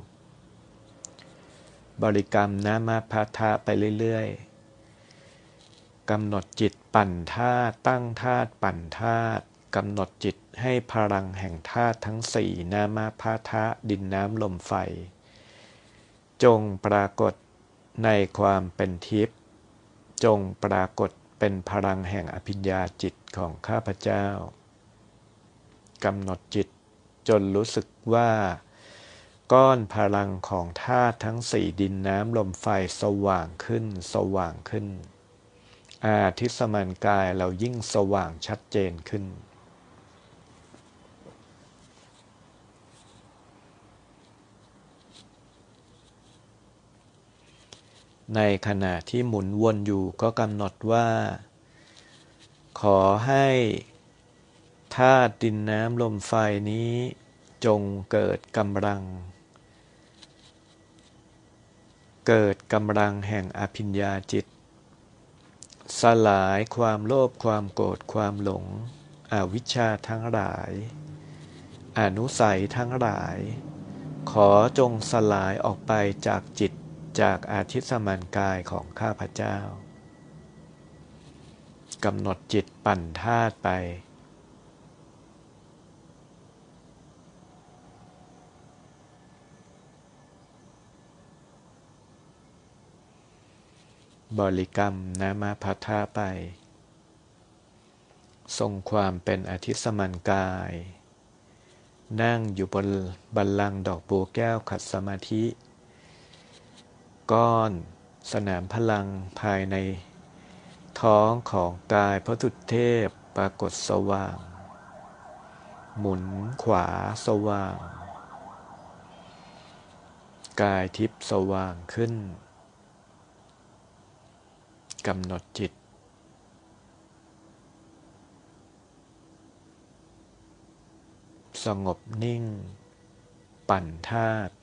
บริกรรมนะมะพะทะไปเรื่อยๆกำหนดจิตปั่นธาตุตั้งธาตุปั่นธาตุกำหนดจิตให้พลังแห่งธาตุทั้งสี่นะมะพะทะดินน้ำลมไฟจงปรากฏในความเป็นทิพย์จงปรากฏเป็นพลังแห่งอภิญญาจิตของข้าพเจ้ากำหนดจิตจนรู้สึกว่าก้อนพลังของธาตุทั้งสี่ดินน้ำลมไฟสว่างขึ้นสว่างขึ้นอาทิสมันกายเรายิ่งสว่างชัดเจนขึ้นในขณะที่หมุนวนอยู่ก็กำหนดว่าขอให้ธาตุดินน้ำลมไฟนี้จงเกิดกำลังเกิดกำลังแห่งอภิญญาจิตสลายความโลภความโกรธความหลงอวิชชาทั้งหลายอนุสัยทั้งหลายขอจงสลายออกไปจากจิตจากอาทิสมันกายของข้าพเจ้ากำหนดจิตปั่นธาตุไปบริกรรมนะมะพะทะไปทรงความเป็นอาทิสมันกายนั่งอยู่บนบัลลังก์ดอกบัวแก้วขัดสมาธิก้อนสนามพลังภายในท้องของกายพระสุเทพปรากฏสว่างหมุนขวาสว่างกายทิพย์สว่างขึ้นกำหนดจิตสงบนิ่งปั่นธาตุ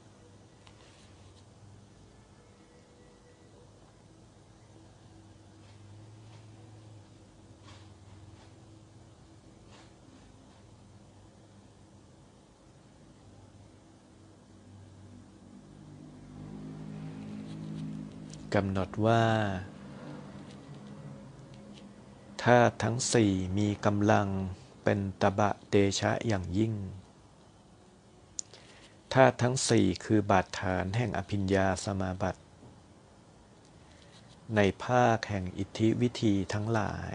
กำหนดว่าธาตุทั้งสี่มีกำลังเป็นตบะเดชะอย่างยิ่งธาตุทั้งสี่คือบาดฐานแห่งอภิญญาสมาบัติในภาคแห่งอิทธิวิธีทั้งหลาย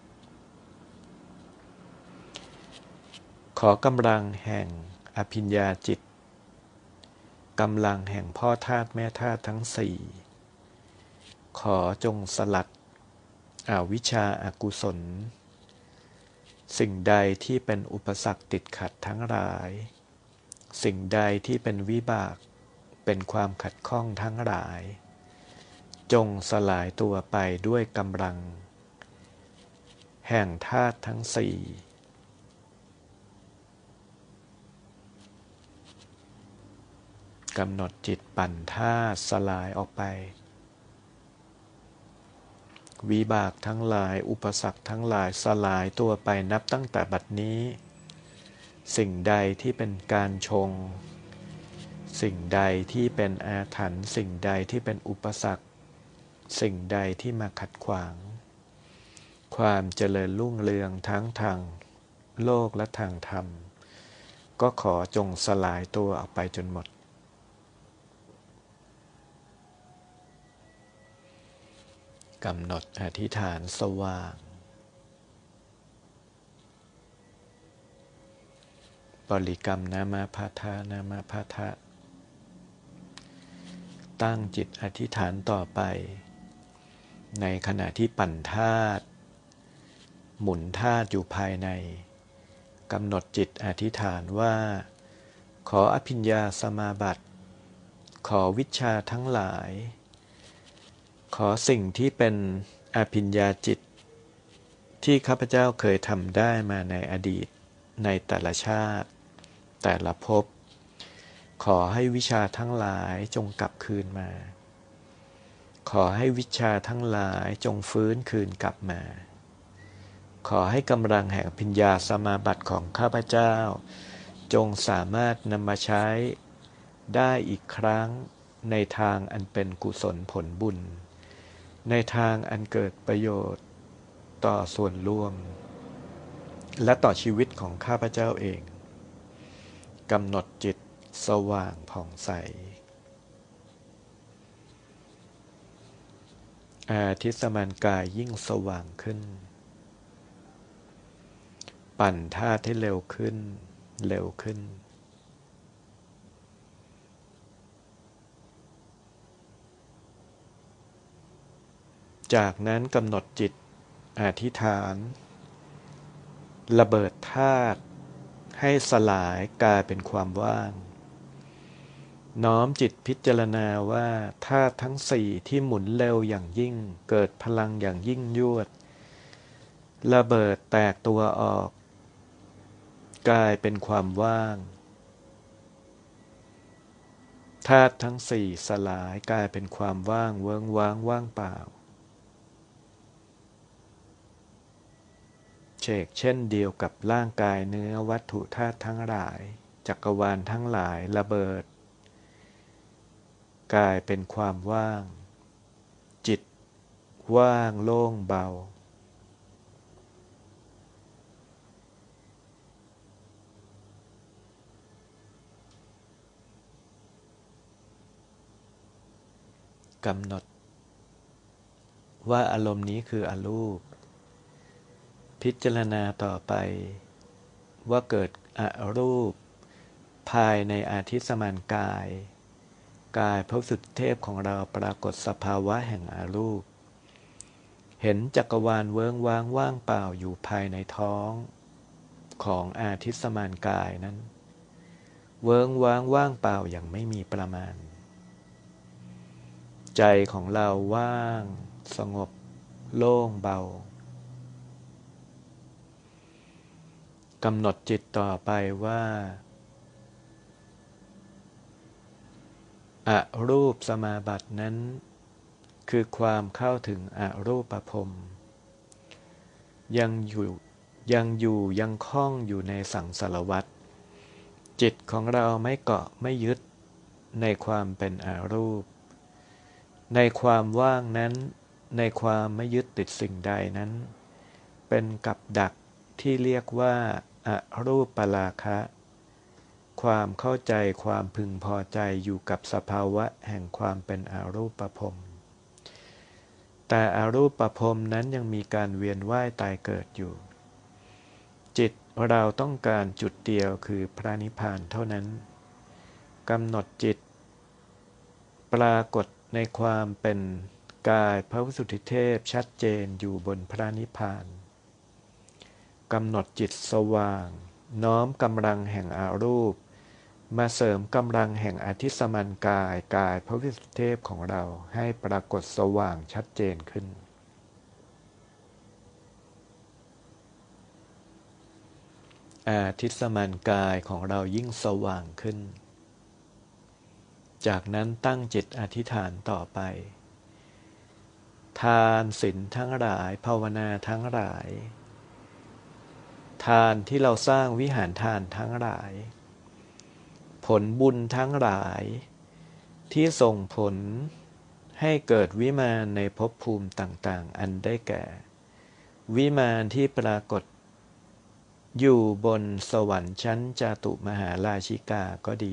ขอกำลังแห่งอภิญญาจิตกำลังแห่งพ่อธาตุแม่ธาตุทั้งสี่ขอจงสลัดอวิชชาอกุศลสิ่งใดที่เป็นอุปสรรคติดขัดทั้งหลายสิ่งใดที่เป็นวิบากเป็นความขัดข้องทั้งหลายจงสลายตัวไปด้วยกำลังแห่งธาตุทั้งสี่กำหนดจิตปั่นธาตุสลายออกไปวิบากทั้งหลายอุปสรรคทั้งหลายสลายตัวไปนับตั้งแต่บัดนี้สิ่งใดที่เป็นการชงสิ่งใดที่เป็นอาถรรพ์สิ่งใดที่เป็นอุปสรรคสิ่งใดที่มาขัดขวางความเจริญรุ่งเรืองทั้งทางโลกและทางธรรมก็ขอจงสลายตัวออกไปจนหมดกำหนดอธิษฐานสว่างบริกรรมนามาพาทะนามาพาทะตั้งจิตอธิษฐานต่อไปในขณะที่ปั่นธาตุหมุนธาตุอยู่ภายในกำหนดจิตอธิษฐานว่าขออภิญญาสมาบัติขอวิชชาทั้งหลายขอสิ่งที่เป็นอภิญญาจิตที่ข้าพเจ้าเคยทำได้มาในอดีตในแต่ละชาติแต่ละภพขอให้วิชาทั้งหลายจงกลับคืนมาขอให้วิชาทั้งหลายจงฟื้นคืนกลับมาขอให้กำลังแห่งอภิญญาสมาบัติของข้าพเจ้าจงสามารถนำมาใช้ได้อีกครั้งในทางอันเป็นกุศลผลบุญในทางอันเกิดประโยชน์ต่อส่วนรวมและต่อชีวิตของข้าพเจ้าเองกำหนดจิตสว่างผ่องใสอาทิตย์สมานกายยิ่งสว่างขึ้นปั่นธาตุให้เร็วขึ้นเร็วขึ้นจากนั้นกำหนดจิตอธิษฐานระเบิดธาตุให้สลายกลายเป็นความว่างน้อมจิตพิจารณาว่าธาตุทั้งสี่ที่หมุนเร็วอย่างยิ่งเกิดพลังอย่างยิ่งยวดระเบิดแตกตัวออกกลายเป็นความว่างธาตุทั้งสี่สลายกลายเป็นความว่างเวิ้งว้างว่างเปล่าเชกเช่นเดียวกับร่างกายเนื้อวัตถุธาตุทั้งหลายจักรวาลทั้งหลายระเบิดกลายเป็นความว่างจิตว่างโล่งเบากำหนดว่าอารมณ์นี้คืออรูปพิจารณาต่อไปว่าเกิดอรูปภายในอาทิตย์สมานกายกายพระสุทธิเทพของเราปรากฏสภาวะแห่งอรูปเห็นจักรวาลเวิ้งว้างว่างเปล่าอยู่ภายในท้องของอาทิตย์สมานกายนั้นเวิ้งว้างว่างเปล่าอย่างไม่มีประมาณใจของเราว่างสงบโล่งเบากำหนดจิตต่อไปว่าอรูปสมาบัตินั้นคือความเข้าถึงอรูปภพยังอยู่ยังอยู่ยังคล้องอยู่ในสังสารวัฏจิตของเราไม่เกาะไม่ยึดในความเป็นอรูปในความว่างนั้นในความไม่ยึดติดสิ่งใดนั้นเป็นกับดักที่เรียกว่าอรูปปราคะความเข้าใจความพึงพอใจอยู่กับสภาวะแห่งความเป็นอรูปภพแต่อรูปภพนั้นยังมีการเวียนว่ายตายเกิดอยู่จิตเราต้องการจุดเดียวคือพระนิพพานเท่านั้นกำหนดจิตปรากฏในความเป็นกายพระวิสุทธิเทพชัดเจนอยู่บนพระนิพพานกำหนดจิตสว่างน้อมกำลังแห่งอารูปมาเสริมกำลังแห่งอธิสมันกายกายพระวิสุทธิเทพของเราให้ปรากฏสว่างชัดเจนขึ้นอาทิสมันกายของเรายิ่งสว่างขึ้นจากนั้นตั้งจิตอธิษฐานต่อไปทานศีลทั้งหลายภาวนาทั้งหลายทานที่เราสร้างวิหารทานทั้งหลายผลบุญทั้งหลายที่ส่งผลให้เกิดวิมานในภพภูมิต่างๆอันได้แก่วิมานที่ปรากฏอยู่บนสวรรค์ชั้นจาตุมหาราชิกาก็ดี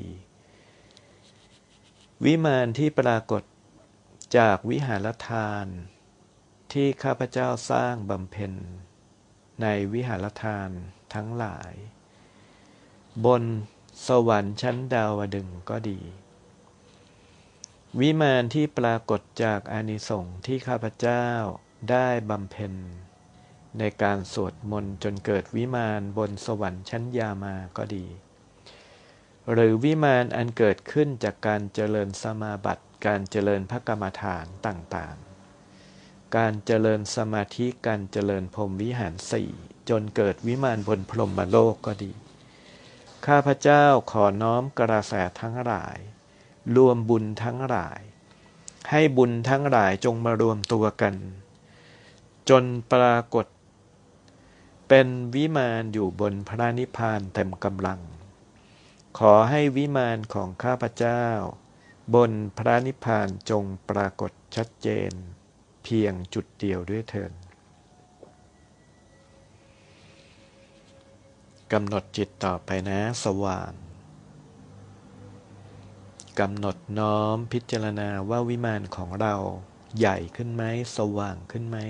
วิมานที่ปรากฏจากวิหารทานที่ข้าพเจ้าสร้างบำเพ็ญในวิหารทานทั้งหลายบนสวรรค์ชั้นดาวดึงส์ก็ดีวิมานที่ปรากฏจากอานิสงส์ที่ข้าพเจ้าได้บำเพ็ญในการสวดมนต์จนเกิดวิมานบนสวรรค์ชั้นยามาก็ดีหรือวิมานอันเกิดขึ้นจากการเจริญสมาบัติการเจริญพระกรรมฐานต่างๆการเจริญสมาธิการเจริญพรหมวิหารสี่จนเกิดวิมานบนพรหมโลกก็ดีข้าพเจ้าขอน้อมกระแสทั้งหลายรวมบุญทั้งหลายให้บุญทั้งหลายจงมารวมตัวกันจนปรากฏเป็นวิมานอยู่บนพระนิพพานเต็มกำลังขอให้วิมานของข้าพเจ้าบนพระนิพพานจงปรากฏชัดเจนเพียงจุดเดียวด้วยเถิดกำหนดจิตต่อไปนะสว่างกำหนดน้อมพิจารณาว่าวิมานของเราใหญ่ขึ้นไหมสว่างขึ้นไหม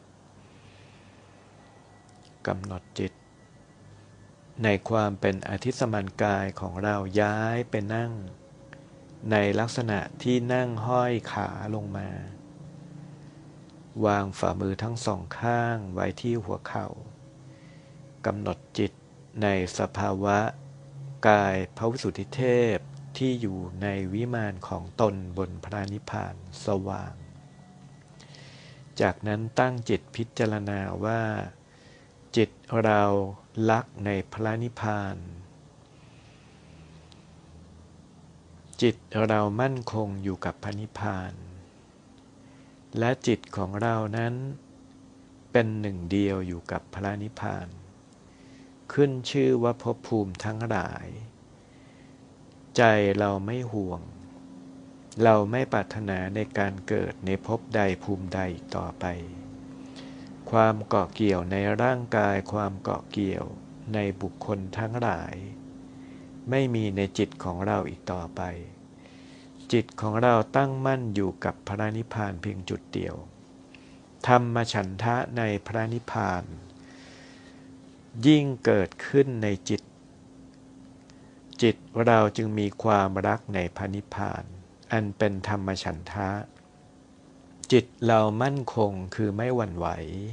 กำหนดจิตในความเป็นอธิสมันกายของเราย้ายไปนั่งในลักษณะที่นั่งห้อยขาลงมาวางฝ่ามือทั้งสองข้างไว้ที่หัวเข่ากำหนดจิตในสภาวะกายพระวิสุทธิเทพที่อยู่ในวิมานของตนบนพระนิพพานสว่างจากนั้นตั้งจิตพิจารณาว่าจิตเราลักในพระนิพพานจิตเรามั่นคงอยู่กับพระนิพพานและจิตของเรานั้นเป็นหนึ่งเดียวอยู่กับพระนิพพานขึ้นชื่อว่าภพภูมิทั้งหลายใจเราไม่ห่วงเราไม่ปรารถนาในการเกิดในภพใดภูมิใดต่อไปความเกาะเกี่ยวในร่างกายความเกาะเกี่ยวในบุคคลทั้งหลายไม่มีในจิตของเราอีกต่อไปจิตของเราตั้งมั่นอยู่กับพระนิพพานเพียงจุดเดียวธรรมฉันทะในพระนิพพานยิ่งเกิดขึ้นในจิตจิตเราจึงมีความรักในพระนิพพานอันเป็นธรรมฉันทะจิตเรามั่นคงคือไม่หวั่นไหว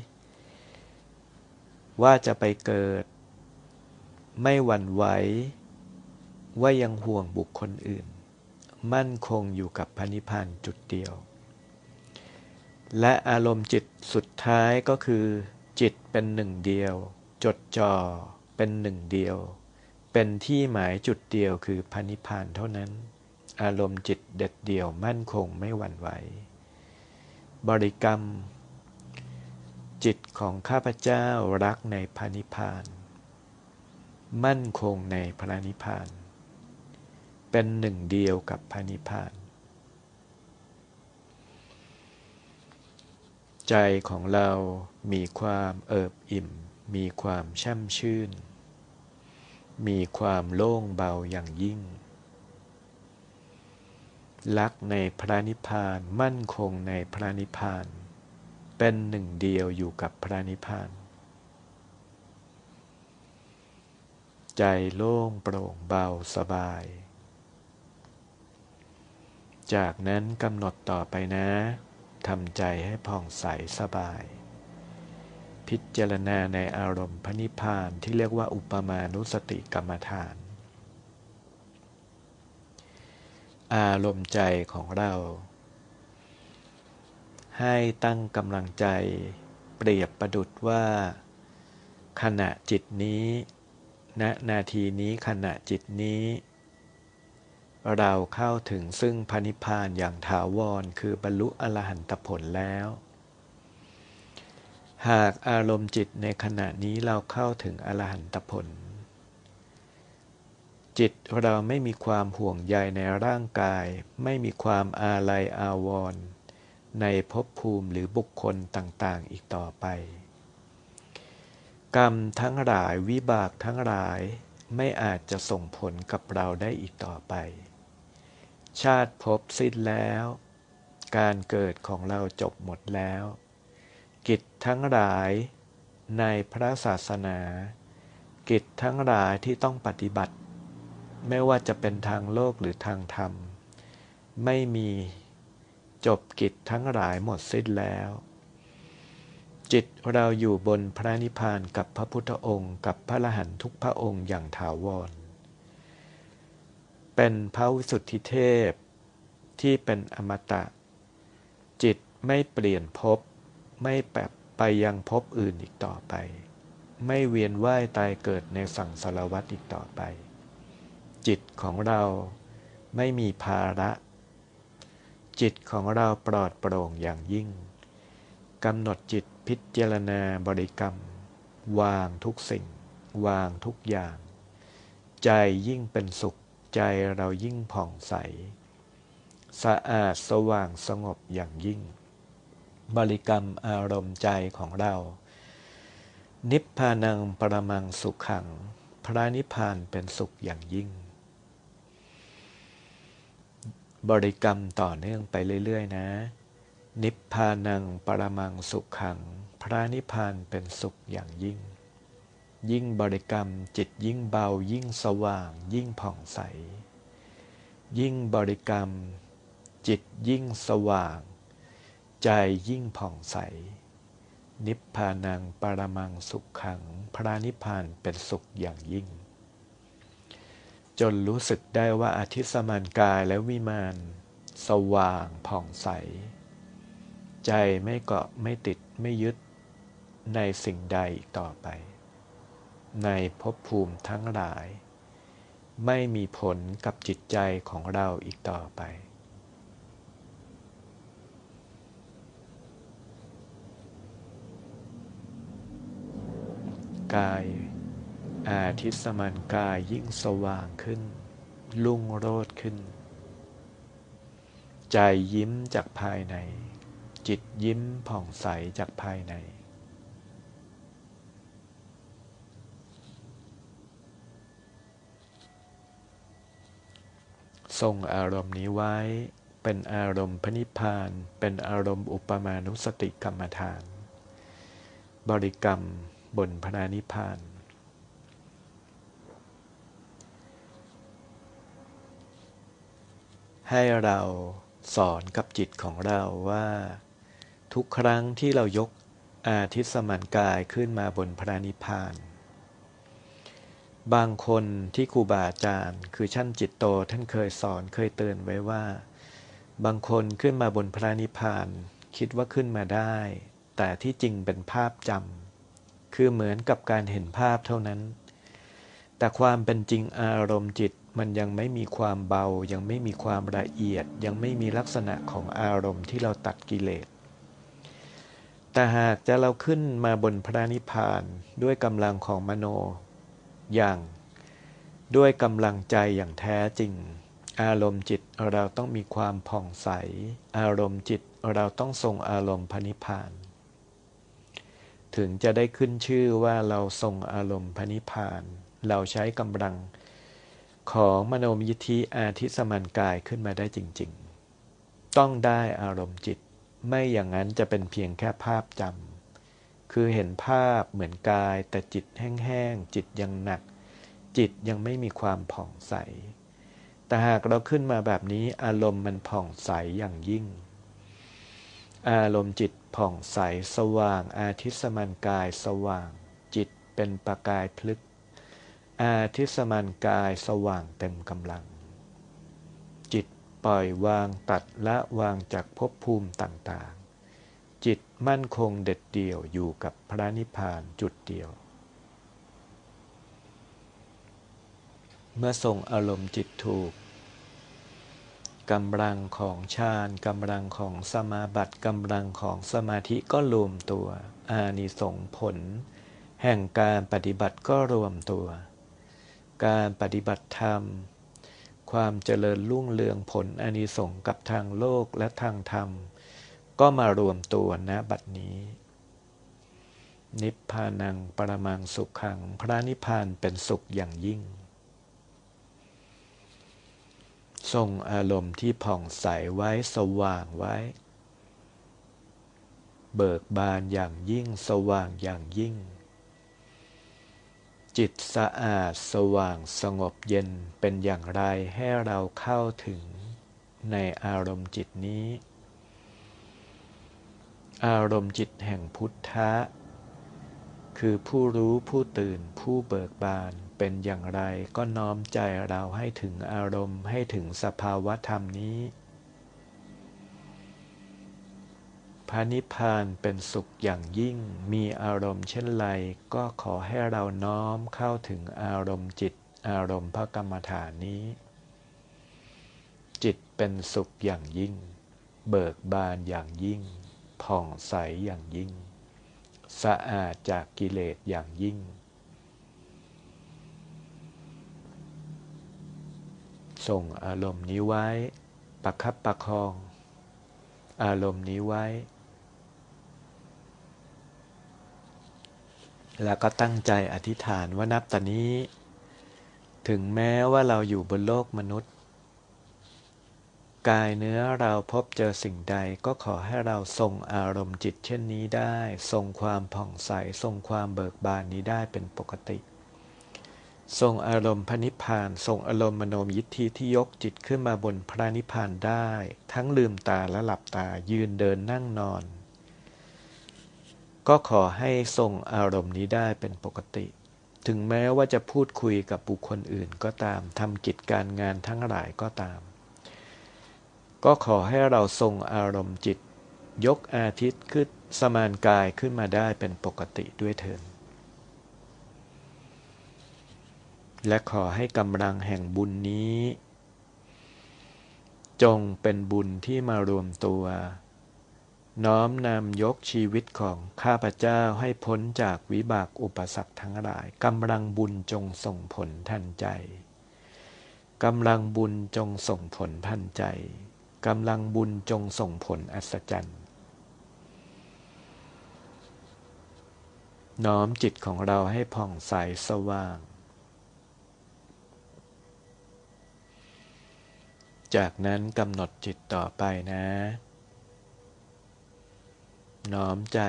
ว่าจะไปเกิดไม่หวั่นไหวว่ายังห่วงบุคคลอื่นมั่นคงอยู่กับพระนิพพานจุดเดียวและอารมณ์จิตสุดท้ายก็คือจิตเป็นหนึ่งเดียวจดจ่อเป็นหนึ่งเดียวเป็นที่หมายจุดเดียวคือพระนิพพานเท่านั้นอารมณ์จิตเด็ดเดี่ยวมั่นคงไม่หวั่นไหวบริกรรมจิตของข้าพเจ้ารักในพระนิพพานมั่นคงในพระนิพพานเป็นหนึ่งเดียวกับพระนิพพานใจของเรามีความเอิบอิ่มมีความแช่มชื่นมีความโล่งเบาอย่างยิ่งรักในพระนิพพานมั่นคงในพระนิพพานเป็นหนึ่งเดียวอยู่กับพระนิพพานใจโล่งโปร่งเบาสบายจากนั้นกำหนดต่อไปนะทำใจให้ผ่องใสสบายพิจารณาในอารมณ์พระนิพพานที่เรียกว่าอุปมานุสติกรรมฐานอารมณ์ใจของเราให้ตั้งกำลังใจเปรียบประดุจว่าขณะจิตนี้ณนาทีนี้ขณะจิตนี้เราเข้าถึงซึ่งพระนิพพานอย่างถาวรคือบรรลุอรหันตผลแล้วหากอารมณ์จิตในขณะนี้เราเข้าถึงอรหันตผลจิตเราไม่มีความห่วงใยในร่างกายไม่มีความอาลัยอาวรณ์ในภพภูมิหรือบุคคลต่างๆอีกต่อไปกรรมทั้งหลายวิบากทั้งหลายไม่อาจจะส่งผลกับเราได้อีกต่อไปชาติภพสิ้นแล้วการเกิดของเราจบหมดแล้วกิจทั้งหลายในพระศาสนากิจทั้งหลายที่ต้องปฏิบัติไม่ว่าจะเป็นทางโลกหรือทางธรรมไม่มีจบกิจทั้งหลายหมดสิ้นแล้วจิตเราอยู่บนพระนิพพานกับพระพุทธองค์กับพระอรหันต์ทุกพระองค์อย่างถาวรเป็นพระวิสุทธิเทพที่เป็นอมตะจิตไม่เปลี่ยนภพไม่แปรไปยังภพอื่นอีกต่อไปไม่เวียนว่ายตายเกิดในสังสารวัฏอีกต่อไปจิตของเราไม่มีภาระจิตของเราปลอดโปร่งอย่างยิ่งกำหนดจิตพิจารณาบริกรรมวางทุกสิ่งวางทุกอย่างใจยิ่งเป็นสุขใจเรายิ่งผ่องใสสะอาดสว่างสงบอย่างยิ่งบริกรรมอารมณ์ใจของเรานิพพานังปรมังสุขขังพระนิพพานเป็นสุขอย่างยิ่งบริกรรมต่อเนื่องไปเรื่อยๆนะนิพพานังปรมังสุขขังพระนิพพานเป็นสุขอย่างยิ่งยิ่งบริกรรมจิตยิ่งเบายิ่งสว่างยิ่งผ่องใสยิ่งบริกรรมจิตยิ่งสว่างใจยิ่งผ่องใสนิพพานังปรมังสุขขังพระนิพพานเป็นสุขอย่างยิ่งจนรู้สึกได้ว่าอาทิตย์สมานกายและวิมานสว่างผ่องใสใจไม่เกาะไม่ติดไม่ยึดในสิ่งใดอีกต่อไปในภพภูมิทั้งหลายไม่มีผลกับจิตใจของเราอีกต่อไปกายอาทิตย์สมานกายยิ่งสว่างขึ้นรุ่งโรจน์ขึ้นใจยิ้มจากภายในจิตยิ้มผ่องใสจากภายในทรงอารมณ์นี้ไว้เป็นอารมณ์พระนิพพานเป็นอารมณ์อุปมานุสติกรรมฐานบริกรรมบนพระนิพพานให้เราสอนกับจิตของเราว่าทุกครั้งที่เรายกอาทิตย์สมานกายขึ้นมาบนพระนิพพานบางคนที่ครูบาอาจารย์คือชั้นจิตโตท่านเคยสอนเคยเตือนไว้ว่าบางคนขึ้นมาบนพระนิพพานคิดว่าขึ้นมาได้แต่ที่จริงเป็นภาพจำคือเหมือนกับการเห็นภาพเท่านั้นแต่ความเป็นจริงอารมณ์จิตมันยังไม่มีความเบายังไม่มีความละเอียดยังไม่มีลักษณะของอารมณ์ที่เราตัดกิเลสแต่หากจะเราขึ้นมาบนพระนิพพานด้วยกำลังของมโนอย่างด้วยกำลังใจอย่างแท้จริงอารมณ์จิตเราต้องมีความผ่องใสอารมณ์จิตเราต้องทรงอารมณ์พระนิพพานถึงจะได้ขึ้นชื่อว่าเราทรงอารมณ์พระนิพพานเราใช้กำลังของมโนมยิทธิอาทิตย์สมานกายขึ้นมาได้จริงๆต้องได้อารมณ์จิตไม่อย่างนั้นจะเป็นเพียงแค่ภาพจำคือเห็นภาพเหมือนกายแต่จิตแห้งๆจิตยังหนักจิตยังไม่มีความผ่องใสแต่หากเราขึ้นมาแบบนี้อารมณ์มันผ่องใสอย่างยิ่งอารมณ์จิตผ่องใสสว่างอาทิตย์สมานกายสว่างจิตเป็นประกายพลึกอาทิตย์สมานกายสว่างเต็มกำลังจิตปล่อยวางตัดละวางจากภพภูมิต่างๆจิตมั่นคงเด็ดเดี่ยวอยู่กับพระนิพพานจุดเดียวเมื่อทรงอารมณ์จิตถูกกำลังของฌานกำลังของสมาบัติกำลังของสมาธิก็รวมตัวอานิสงส์ผลแห่งการปฏิบัติก็รวมตัวการปฏิบัติธรรมความเจริญรุ่งเรืองผลอานิสงส์กับทางโลกและทางธรรมก็มารวมตัวณบัดนี้นิพพานังปรมังสุขขังพระนิพพานเป็นสุขอย่างยิ่งทรงอารมณ์ที่ผ่องใสไว้สว่างไว้เบิกบานอย่างยิ่งสว่างอย่างยิ่งจิตสะอาดสว่างสงบเย็นเป็นอย่างไรให้เราเข้าถึงในอารมณ์จิตนี้อารมณ์จิตแห่งพุทธะคือผู้รู้ผู้ตื่นผู้เบิกบานเป็นอย่างไรก็น้อมใจเราให้ถึงอารมณ์ให้ถึงสภาวะธรรมนี้พระนิพพานเป็นสุขอย่างยิ่งมีอารมณ์เช่นไรก็ขอให้เราน้อมเข้าถึงอารมณ์จิตอารมณ์พระกรรมฐานนี้จิตเป็นสุขอย่างยิ่งเบิกบานอย่างยิ่งผ่องใสอย่างยิ่งสะอาดจากกิเลสอย่างยิ่งส่งอารมณ์นี้ไว้ประคับประคองอารมณ์นี้ไว้แล้วก็ตั้งใจอธิษฐานว่านับแต่นี้ถึงแม้ว่าเราอยู่บนโลกมนุษย์กายเนื้อเราพบเจอสิ่งใดก็ขอให้เราทรงอารมณ์จิตเช่นนี้ได้ทรงความผ่องใสทรงความเบิกบานนี้ได้เป็นปกติทรงอารมณ์พระนิพพานทรงอารมณ์มโนมยิทธิที่ยกจิตขึ้นมาบนพระนิพพานได้ทั้งลืมตาและหลับตายืนเดินนั่งนอนก็ขอให้ทรงอารมณ์นี้ได้เป็นปกติถึงแม้ว่าจะพูดคุยกับบุคคลอื่นก็ตามทำกิจการงานทั้งหลายก็ตามก็ขอให้เราทรงอารมณ์จิตยกอาทิตย์ขึ้นสมานกายขึ้นมาได้เป็นปกติด้วยเถิดและขอให้กำลังแห่งบุญนี้จงเป็นบุญที่มารวมตัวน้อมนำยกชีวิตของข้าพเจ้าให้พ้นจากวิบากอุปสรรคทั้งหลายกำลังบุญจงส่งผลทันใจกำลังบุญจงส่งผลทันใจกำลังบุญจงส่งผลอัศจรรย์น้อมจิตของเราให้ผ่องใสสว่างจากนั้นกำหนดจิตต่อไปนะน้อมใจ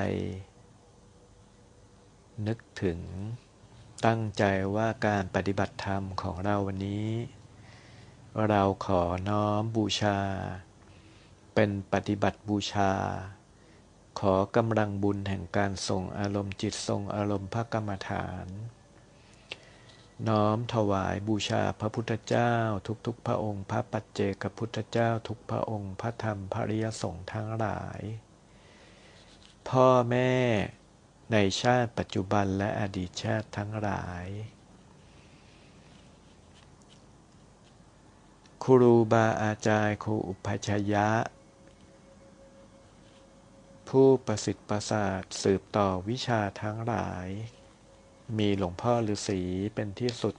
นึกถึงตั้งใจว่าการปฏิบัติธรรมของเราวันนี้เราขอน้อมบูชาเป็นปฏิบัติบูชาขอกำลังบุญแห่งการส่งอารมณ์จิตส่งอารมณ์พระกรรมฐานน้อมถวายบูชาพระพุทธเจ้าทุกๆพระองค์พระปัจเจกพุทธเจ้าทุกพระองค์พระธรรมพระอริยสงฆ์ทั้งหลายพ่อแม่ในชาติปัจจุบันและอดีตชาติทั้งหลายครูบาอาจารย์ครูอุปัชฌายะผู้ประสิทธิ์ประสาทสืบต่อวิชาทั้งหลายมีหลวงพ่อฤาษีเป็นที่สุด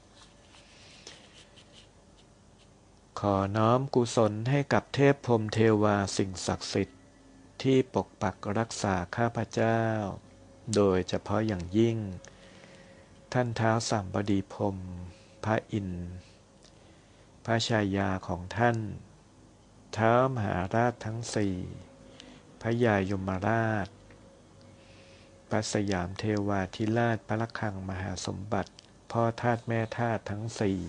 ขอน้อมกุศลให้กับเทพพรหมเทวาสิ่งศักดิ์สิทธิ์ที่ปกปักรักษาข้าพเจ้าโดยเฉพาะอย่างยิ่งท่านท้าวสัมบดีพรหมพระอินทร์พระชายาของท่านท้าวมหาราชทั้งสี่พระยายมราชพระสยามเทวาธิราชพระระฆังมหาสมบัติพ่อทาสแม่ทาสทั้งสี่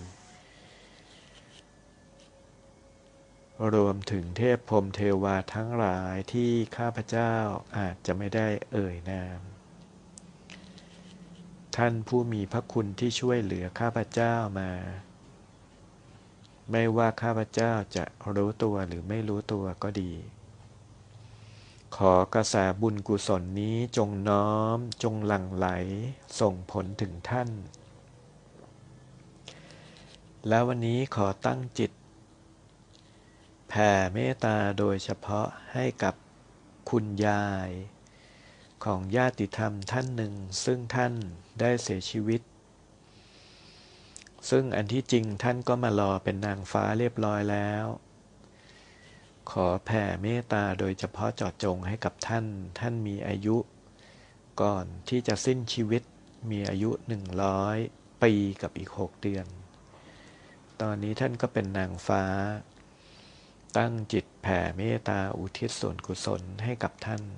รวมถึงเทพพรหมเทวาทั้งหลายที่ข้าพเจ้าอาจจะไม่ได้เอ่ยนามท่านผู้มีพระคุณที่ช่วยเหลือข้าพเจ้ามาไม่ว่าข้าพเจ้าจะรู้ตัวหรือไม่รู้ตัวก็ดีขอกระแสบุญกุศลนี้จงน้อมจงหลั่งไหลส่งผลถึงท่านและวันนี้ขอตั้งจิตแผ่เมตตาโดยเฉพาะให้กับคุณยายของญาติธรรมท่านหนึ่งซึ่งท่านได้เสียชีวิตซึ่งอันที่จริงท่านก็มารอเป็นนางฟ้าเรียบร้อยแล้วขอแผ่เมตตาโดยเฉพาะเจาะจงให้กับท่านท่านมีอายุก่อนที่จะสิ้นชีวิตมีอายุหนึ่งร้อยปีกับอีกหกเดือนตอนนี้ท่านก็เป็นนางฟ้าตั้งจิตแผ่เมตตาอุทิศส่วนกุศลให้กับท่าน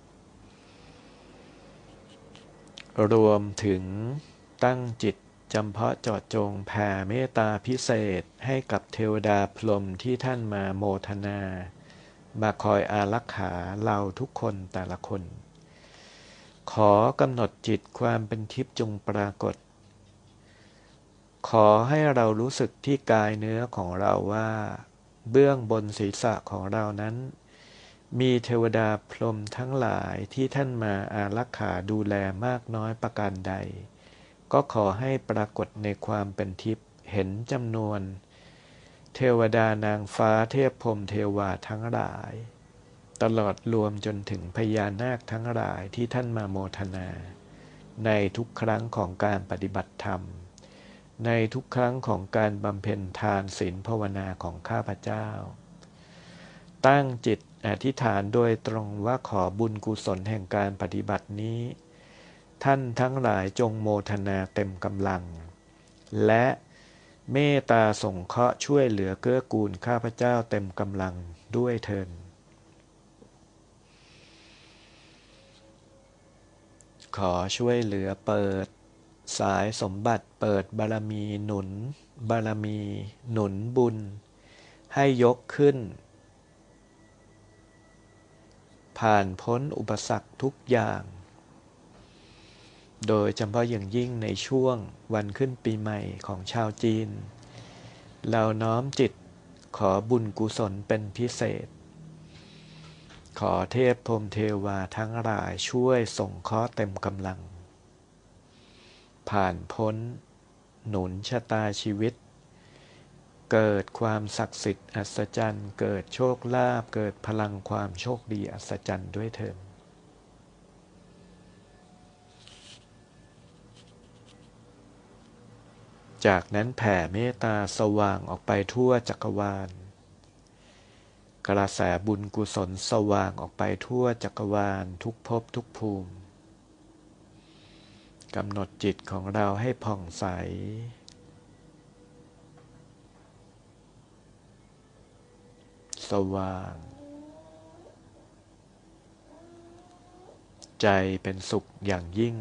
รวมถึงตั้งจิตจำเพาะเจาะจงแผ่เมตตาพิเศษให้กับเทวดาพรหมที่ท่านมาโมทนามาคอยอารักขาเราทุกคนแต่ละคนขอกำหนดจิตความเป็นทิพย์จงปรากฏขอให้เรารู้สึกที่กายเนื้อของเราว่าเบื้องบนศีรษะของเรานั้นมีเทวดาพรหมทั้งหลายที่ท่านมาอารักขาดูแลมากน้อยประการใดก็ขอให้ปรากฏในความเป็นทิพย์เห็นจำนวนเทวดานางฟ้าเทพพรหมเทวาทั้งหลายตลอดรวมจนถึงพญานาคทั้งหลายที่ท่านมาโมทนาในทุกครั้งของการปฏิบัติธรรมในทุกครั้งของการบำเพ็ญทานศีลภาวนาของข้าพเจ้าตั้งจิตอธิษฐานโดยตรงว่าขอบุญกุศลแห่งการปฏิบัตินี้ท่านทั้งหลายจงโมทนาเต็มกำลังและเมตตาสงเคราะห์ช่วยเหลือเกื้อกูลข้าพเจ้าเต็มกำลังด้วยเถิดขอช่วยเหลือเปิดสายสมบัติเปิดบารมีหนุนบารมีหนุนบุญให้ยกขึ้นผ่านพ้นอุปสรรคทุกอย่างโดยเฉพาะอย่างยิ่งในช่วงวันขึ้นปีใหม่ของชาวจีนเราน้อมจิตขอบุญกุศลเป็นพิเศษขอเทพพรหมเทวาทั้งหลายช่วยส่งเคราะห์เต็มกำลังผ่านพ้นหนุนชะตาชีวิตเกิดความศักดิ์สิทธิ์อัศจรรย์เกิดโชคลาภเกิดพลังความโชคดีอัศจรรย์ด้วยเถิดจากนั้นแผ่เมตตาสว่างออกไปทั่วจักรวาลกระแสบุญกุศลสว่างออกไปทั่วจักรวาลทุกภพทุกภูมิกำหนดจิตของเราให้ผ่องใสสว่างใจเป็นสุขอย่างยิ่ง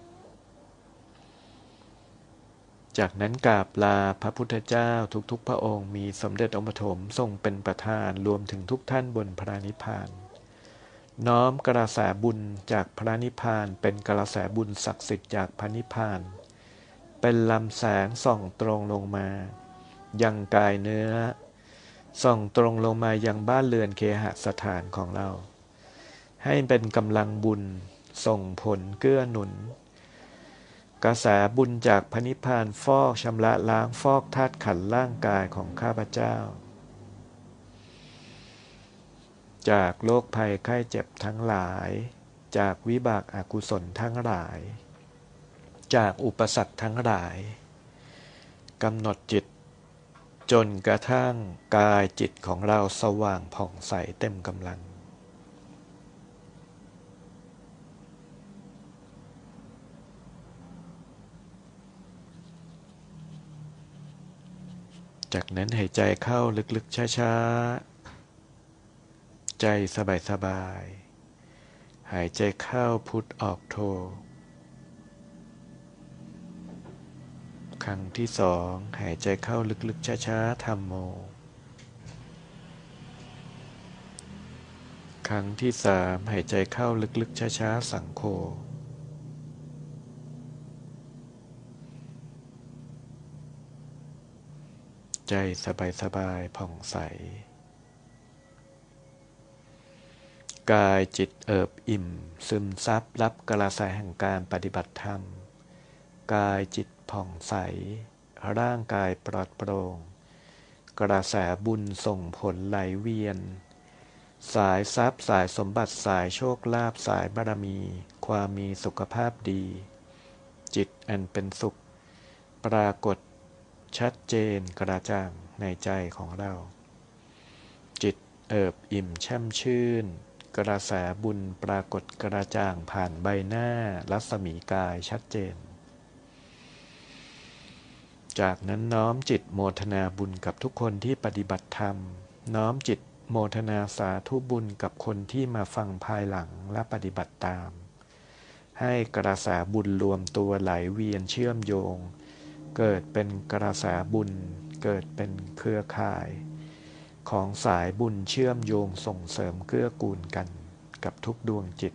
จากนั้นกราบลาพระพุทธเจ้าทุกๆพระองค์มีสมเด็จองค์ปฐมทรงเป็นประธานรวมถึงทุกท่านบนพระนิพพานน้อมกระแสบุญจากพระนิพพานเป็นกระแสบุญศักดิ์สิทธิ์จากพระนิพพานเป็นลำแสงส่องตรงลงมายังกายเนื้อส่องตรงลงมายังบ้านเรือนเคหสถานของเราให้เป็นกำลังบุญส่งผลเกื้อหนุนกระแสบุญจากพระนิพพานฟอกชำระล้างฟอกธาตุขันธ์ร่างกายของข้าพเจ้าจากโรคภัยไข้เจ็บทั้งหลายจากวิบากอกุศลทั้งหลายจากอุปสรรคทั้งหลายกำหนดจิตจนกระทั่งกายจิตของเราสว่างผ่องใสเต็มกำลังจากนั้นหายใจเข้าลึกๆช้าๆใจสบายๆหายใจเข้าพุทออกโทครั้งที่สองหายใจเข้าลึกๆช้าๆธัมโมครั้งที่สามหายใจเข้าลึกๆช้าๆสังโฆใจสบายๆผ่องใสกายจิตเอิบอิ่มซึมซับรับกระแสแห่งการปฏิบัติธรรมกายจิตผ่องใสร่างกายปลอดโปร่งกกระแสบุญส่งผลไหลเวียนสายทรัพย์สายสมบัติสายโชคลาภสายบารมีความมีสุขภาพดีจิตอันเป็นสุขปรากฏชัดเจนกระจ่างในใจของเราจิตเอิบอิ่มแช่มชื่นกระแสบุญปรากฏกระจ่างผ่านใบหน้ารัศมีกายชัดเจนจากนั้นน้อมจิตโมทนาบุญกับทุกคนที่ปฏิบัติธรรมน้อมจิตโมทนาสาธุบุญกับคนที่มาฟังภายหลังและปฏิบัติตามให้กระแสบุญรวมตัวไหลเวียนเชื่อมโยงเกิดเป็นกระแสบุญเกิดเป็นเครือข่ายของสายบุญเชื่อมโยงส่งเสริมเกื้อกูลกันกับทุกดวงจิต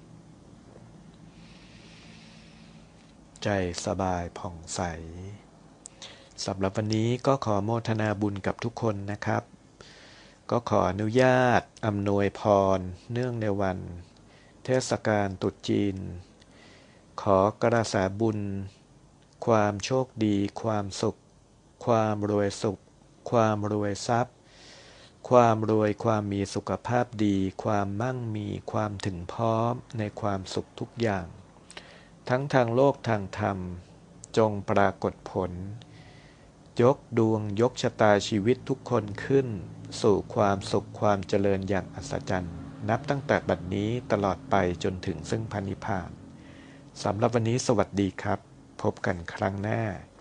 ใจสบายผ่องใสสำหรับวันนี้ก็ขอโมทนาบุญกับทุกคนนะครับก็ขออนุญาตอำนวยพรเนื่องในวันเทศกาลตรุษจีนขอกระแสบุญความโชคดีความสุขความรวยสุขความรวยทรัพย์ความรวยความมีสุขภาพดีความมั่งมีความถึงพร้อมในความสุขทุกอย่างทั้งทางโลกทางธรรมจงปรากฏผลยกดวงยกชะตาชีวิตทุกคนขึ้นสู่ความสุขความเจริญอย่างอัศจรรย์นับตั้งแต่บัดนี้ตลอดไปจนถึงซึ่งพระนิพพานสำหรับวันนี้สวัสดีครับพบกันครั้งหน้า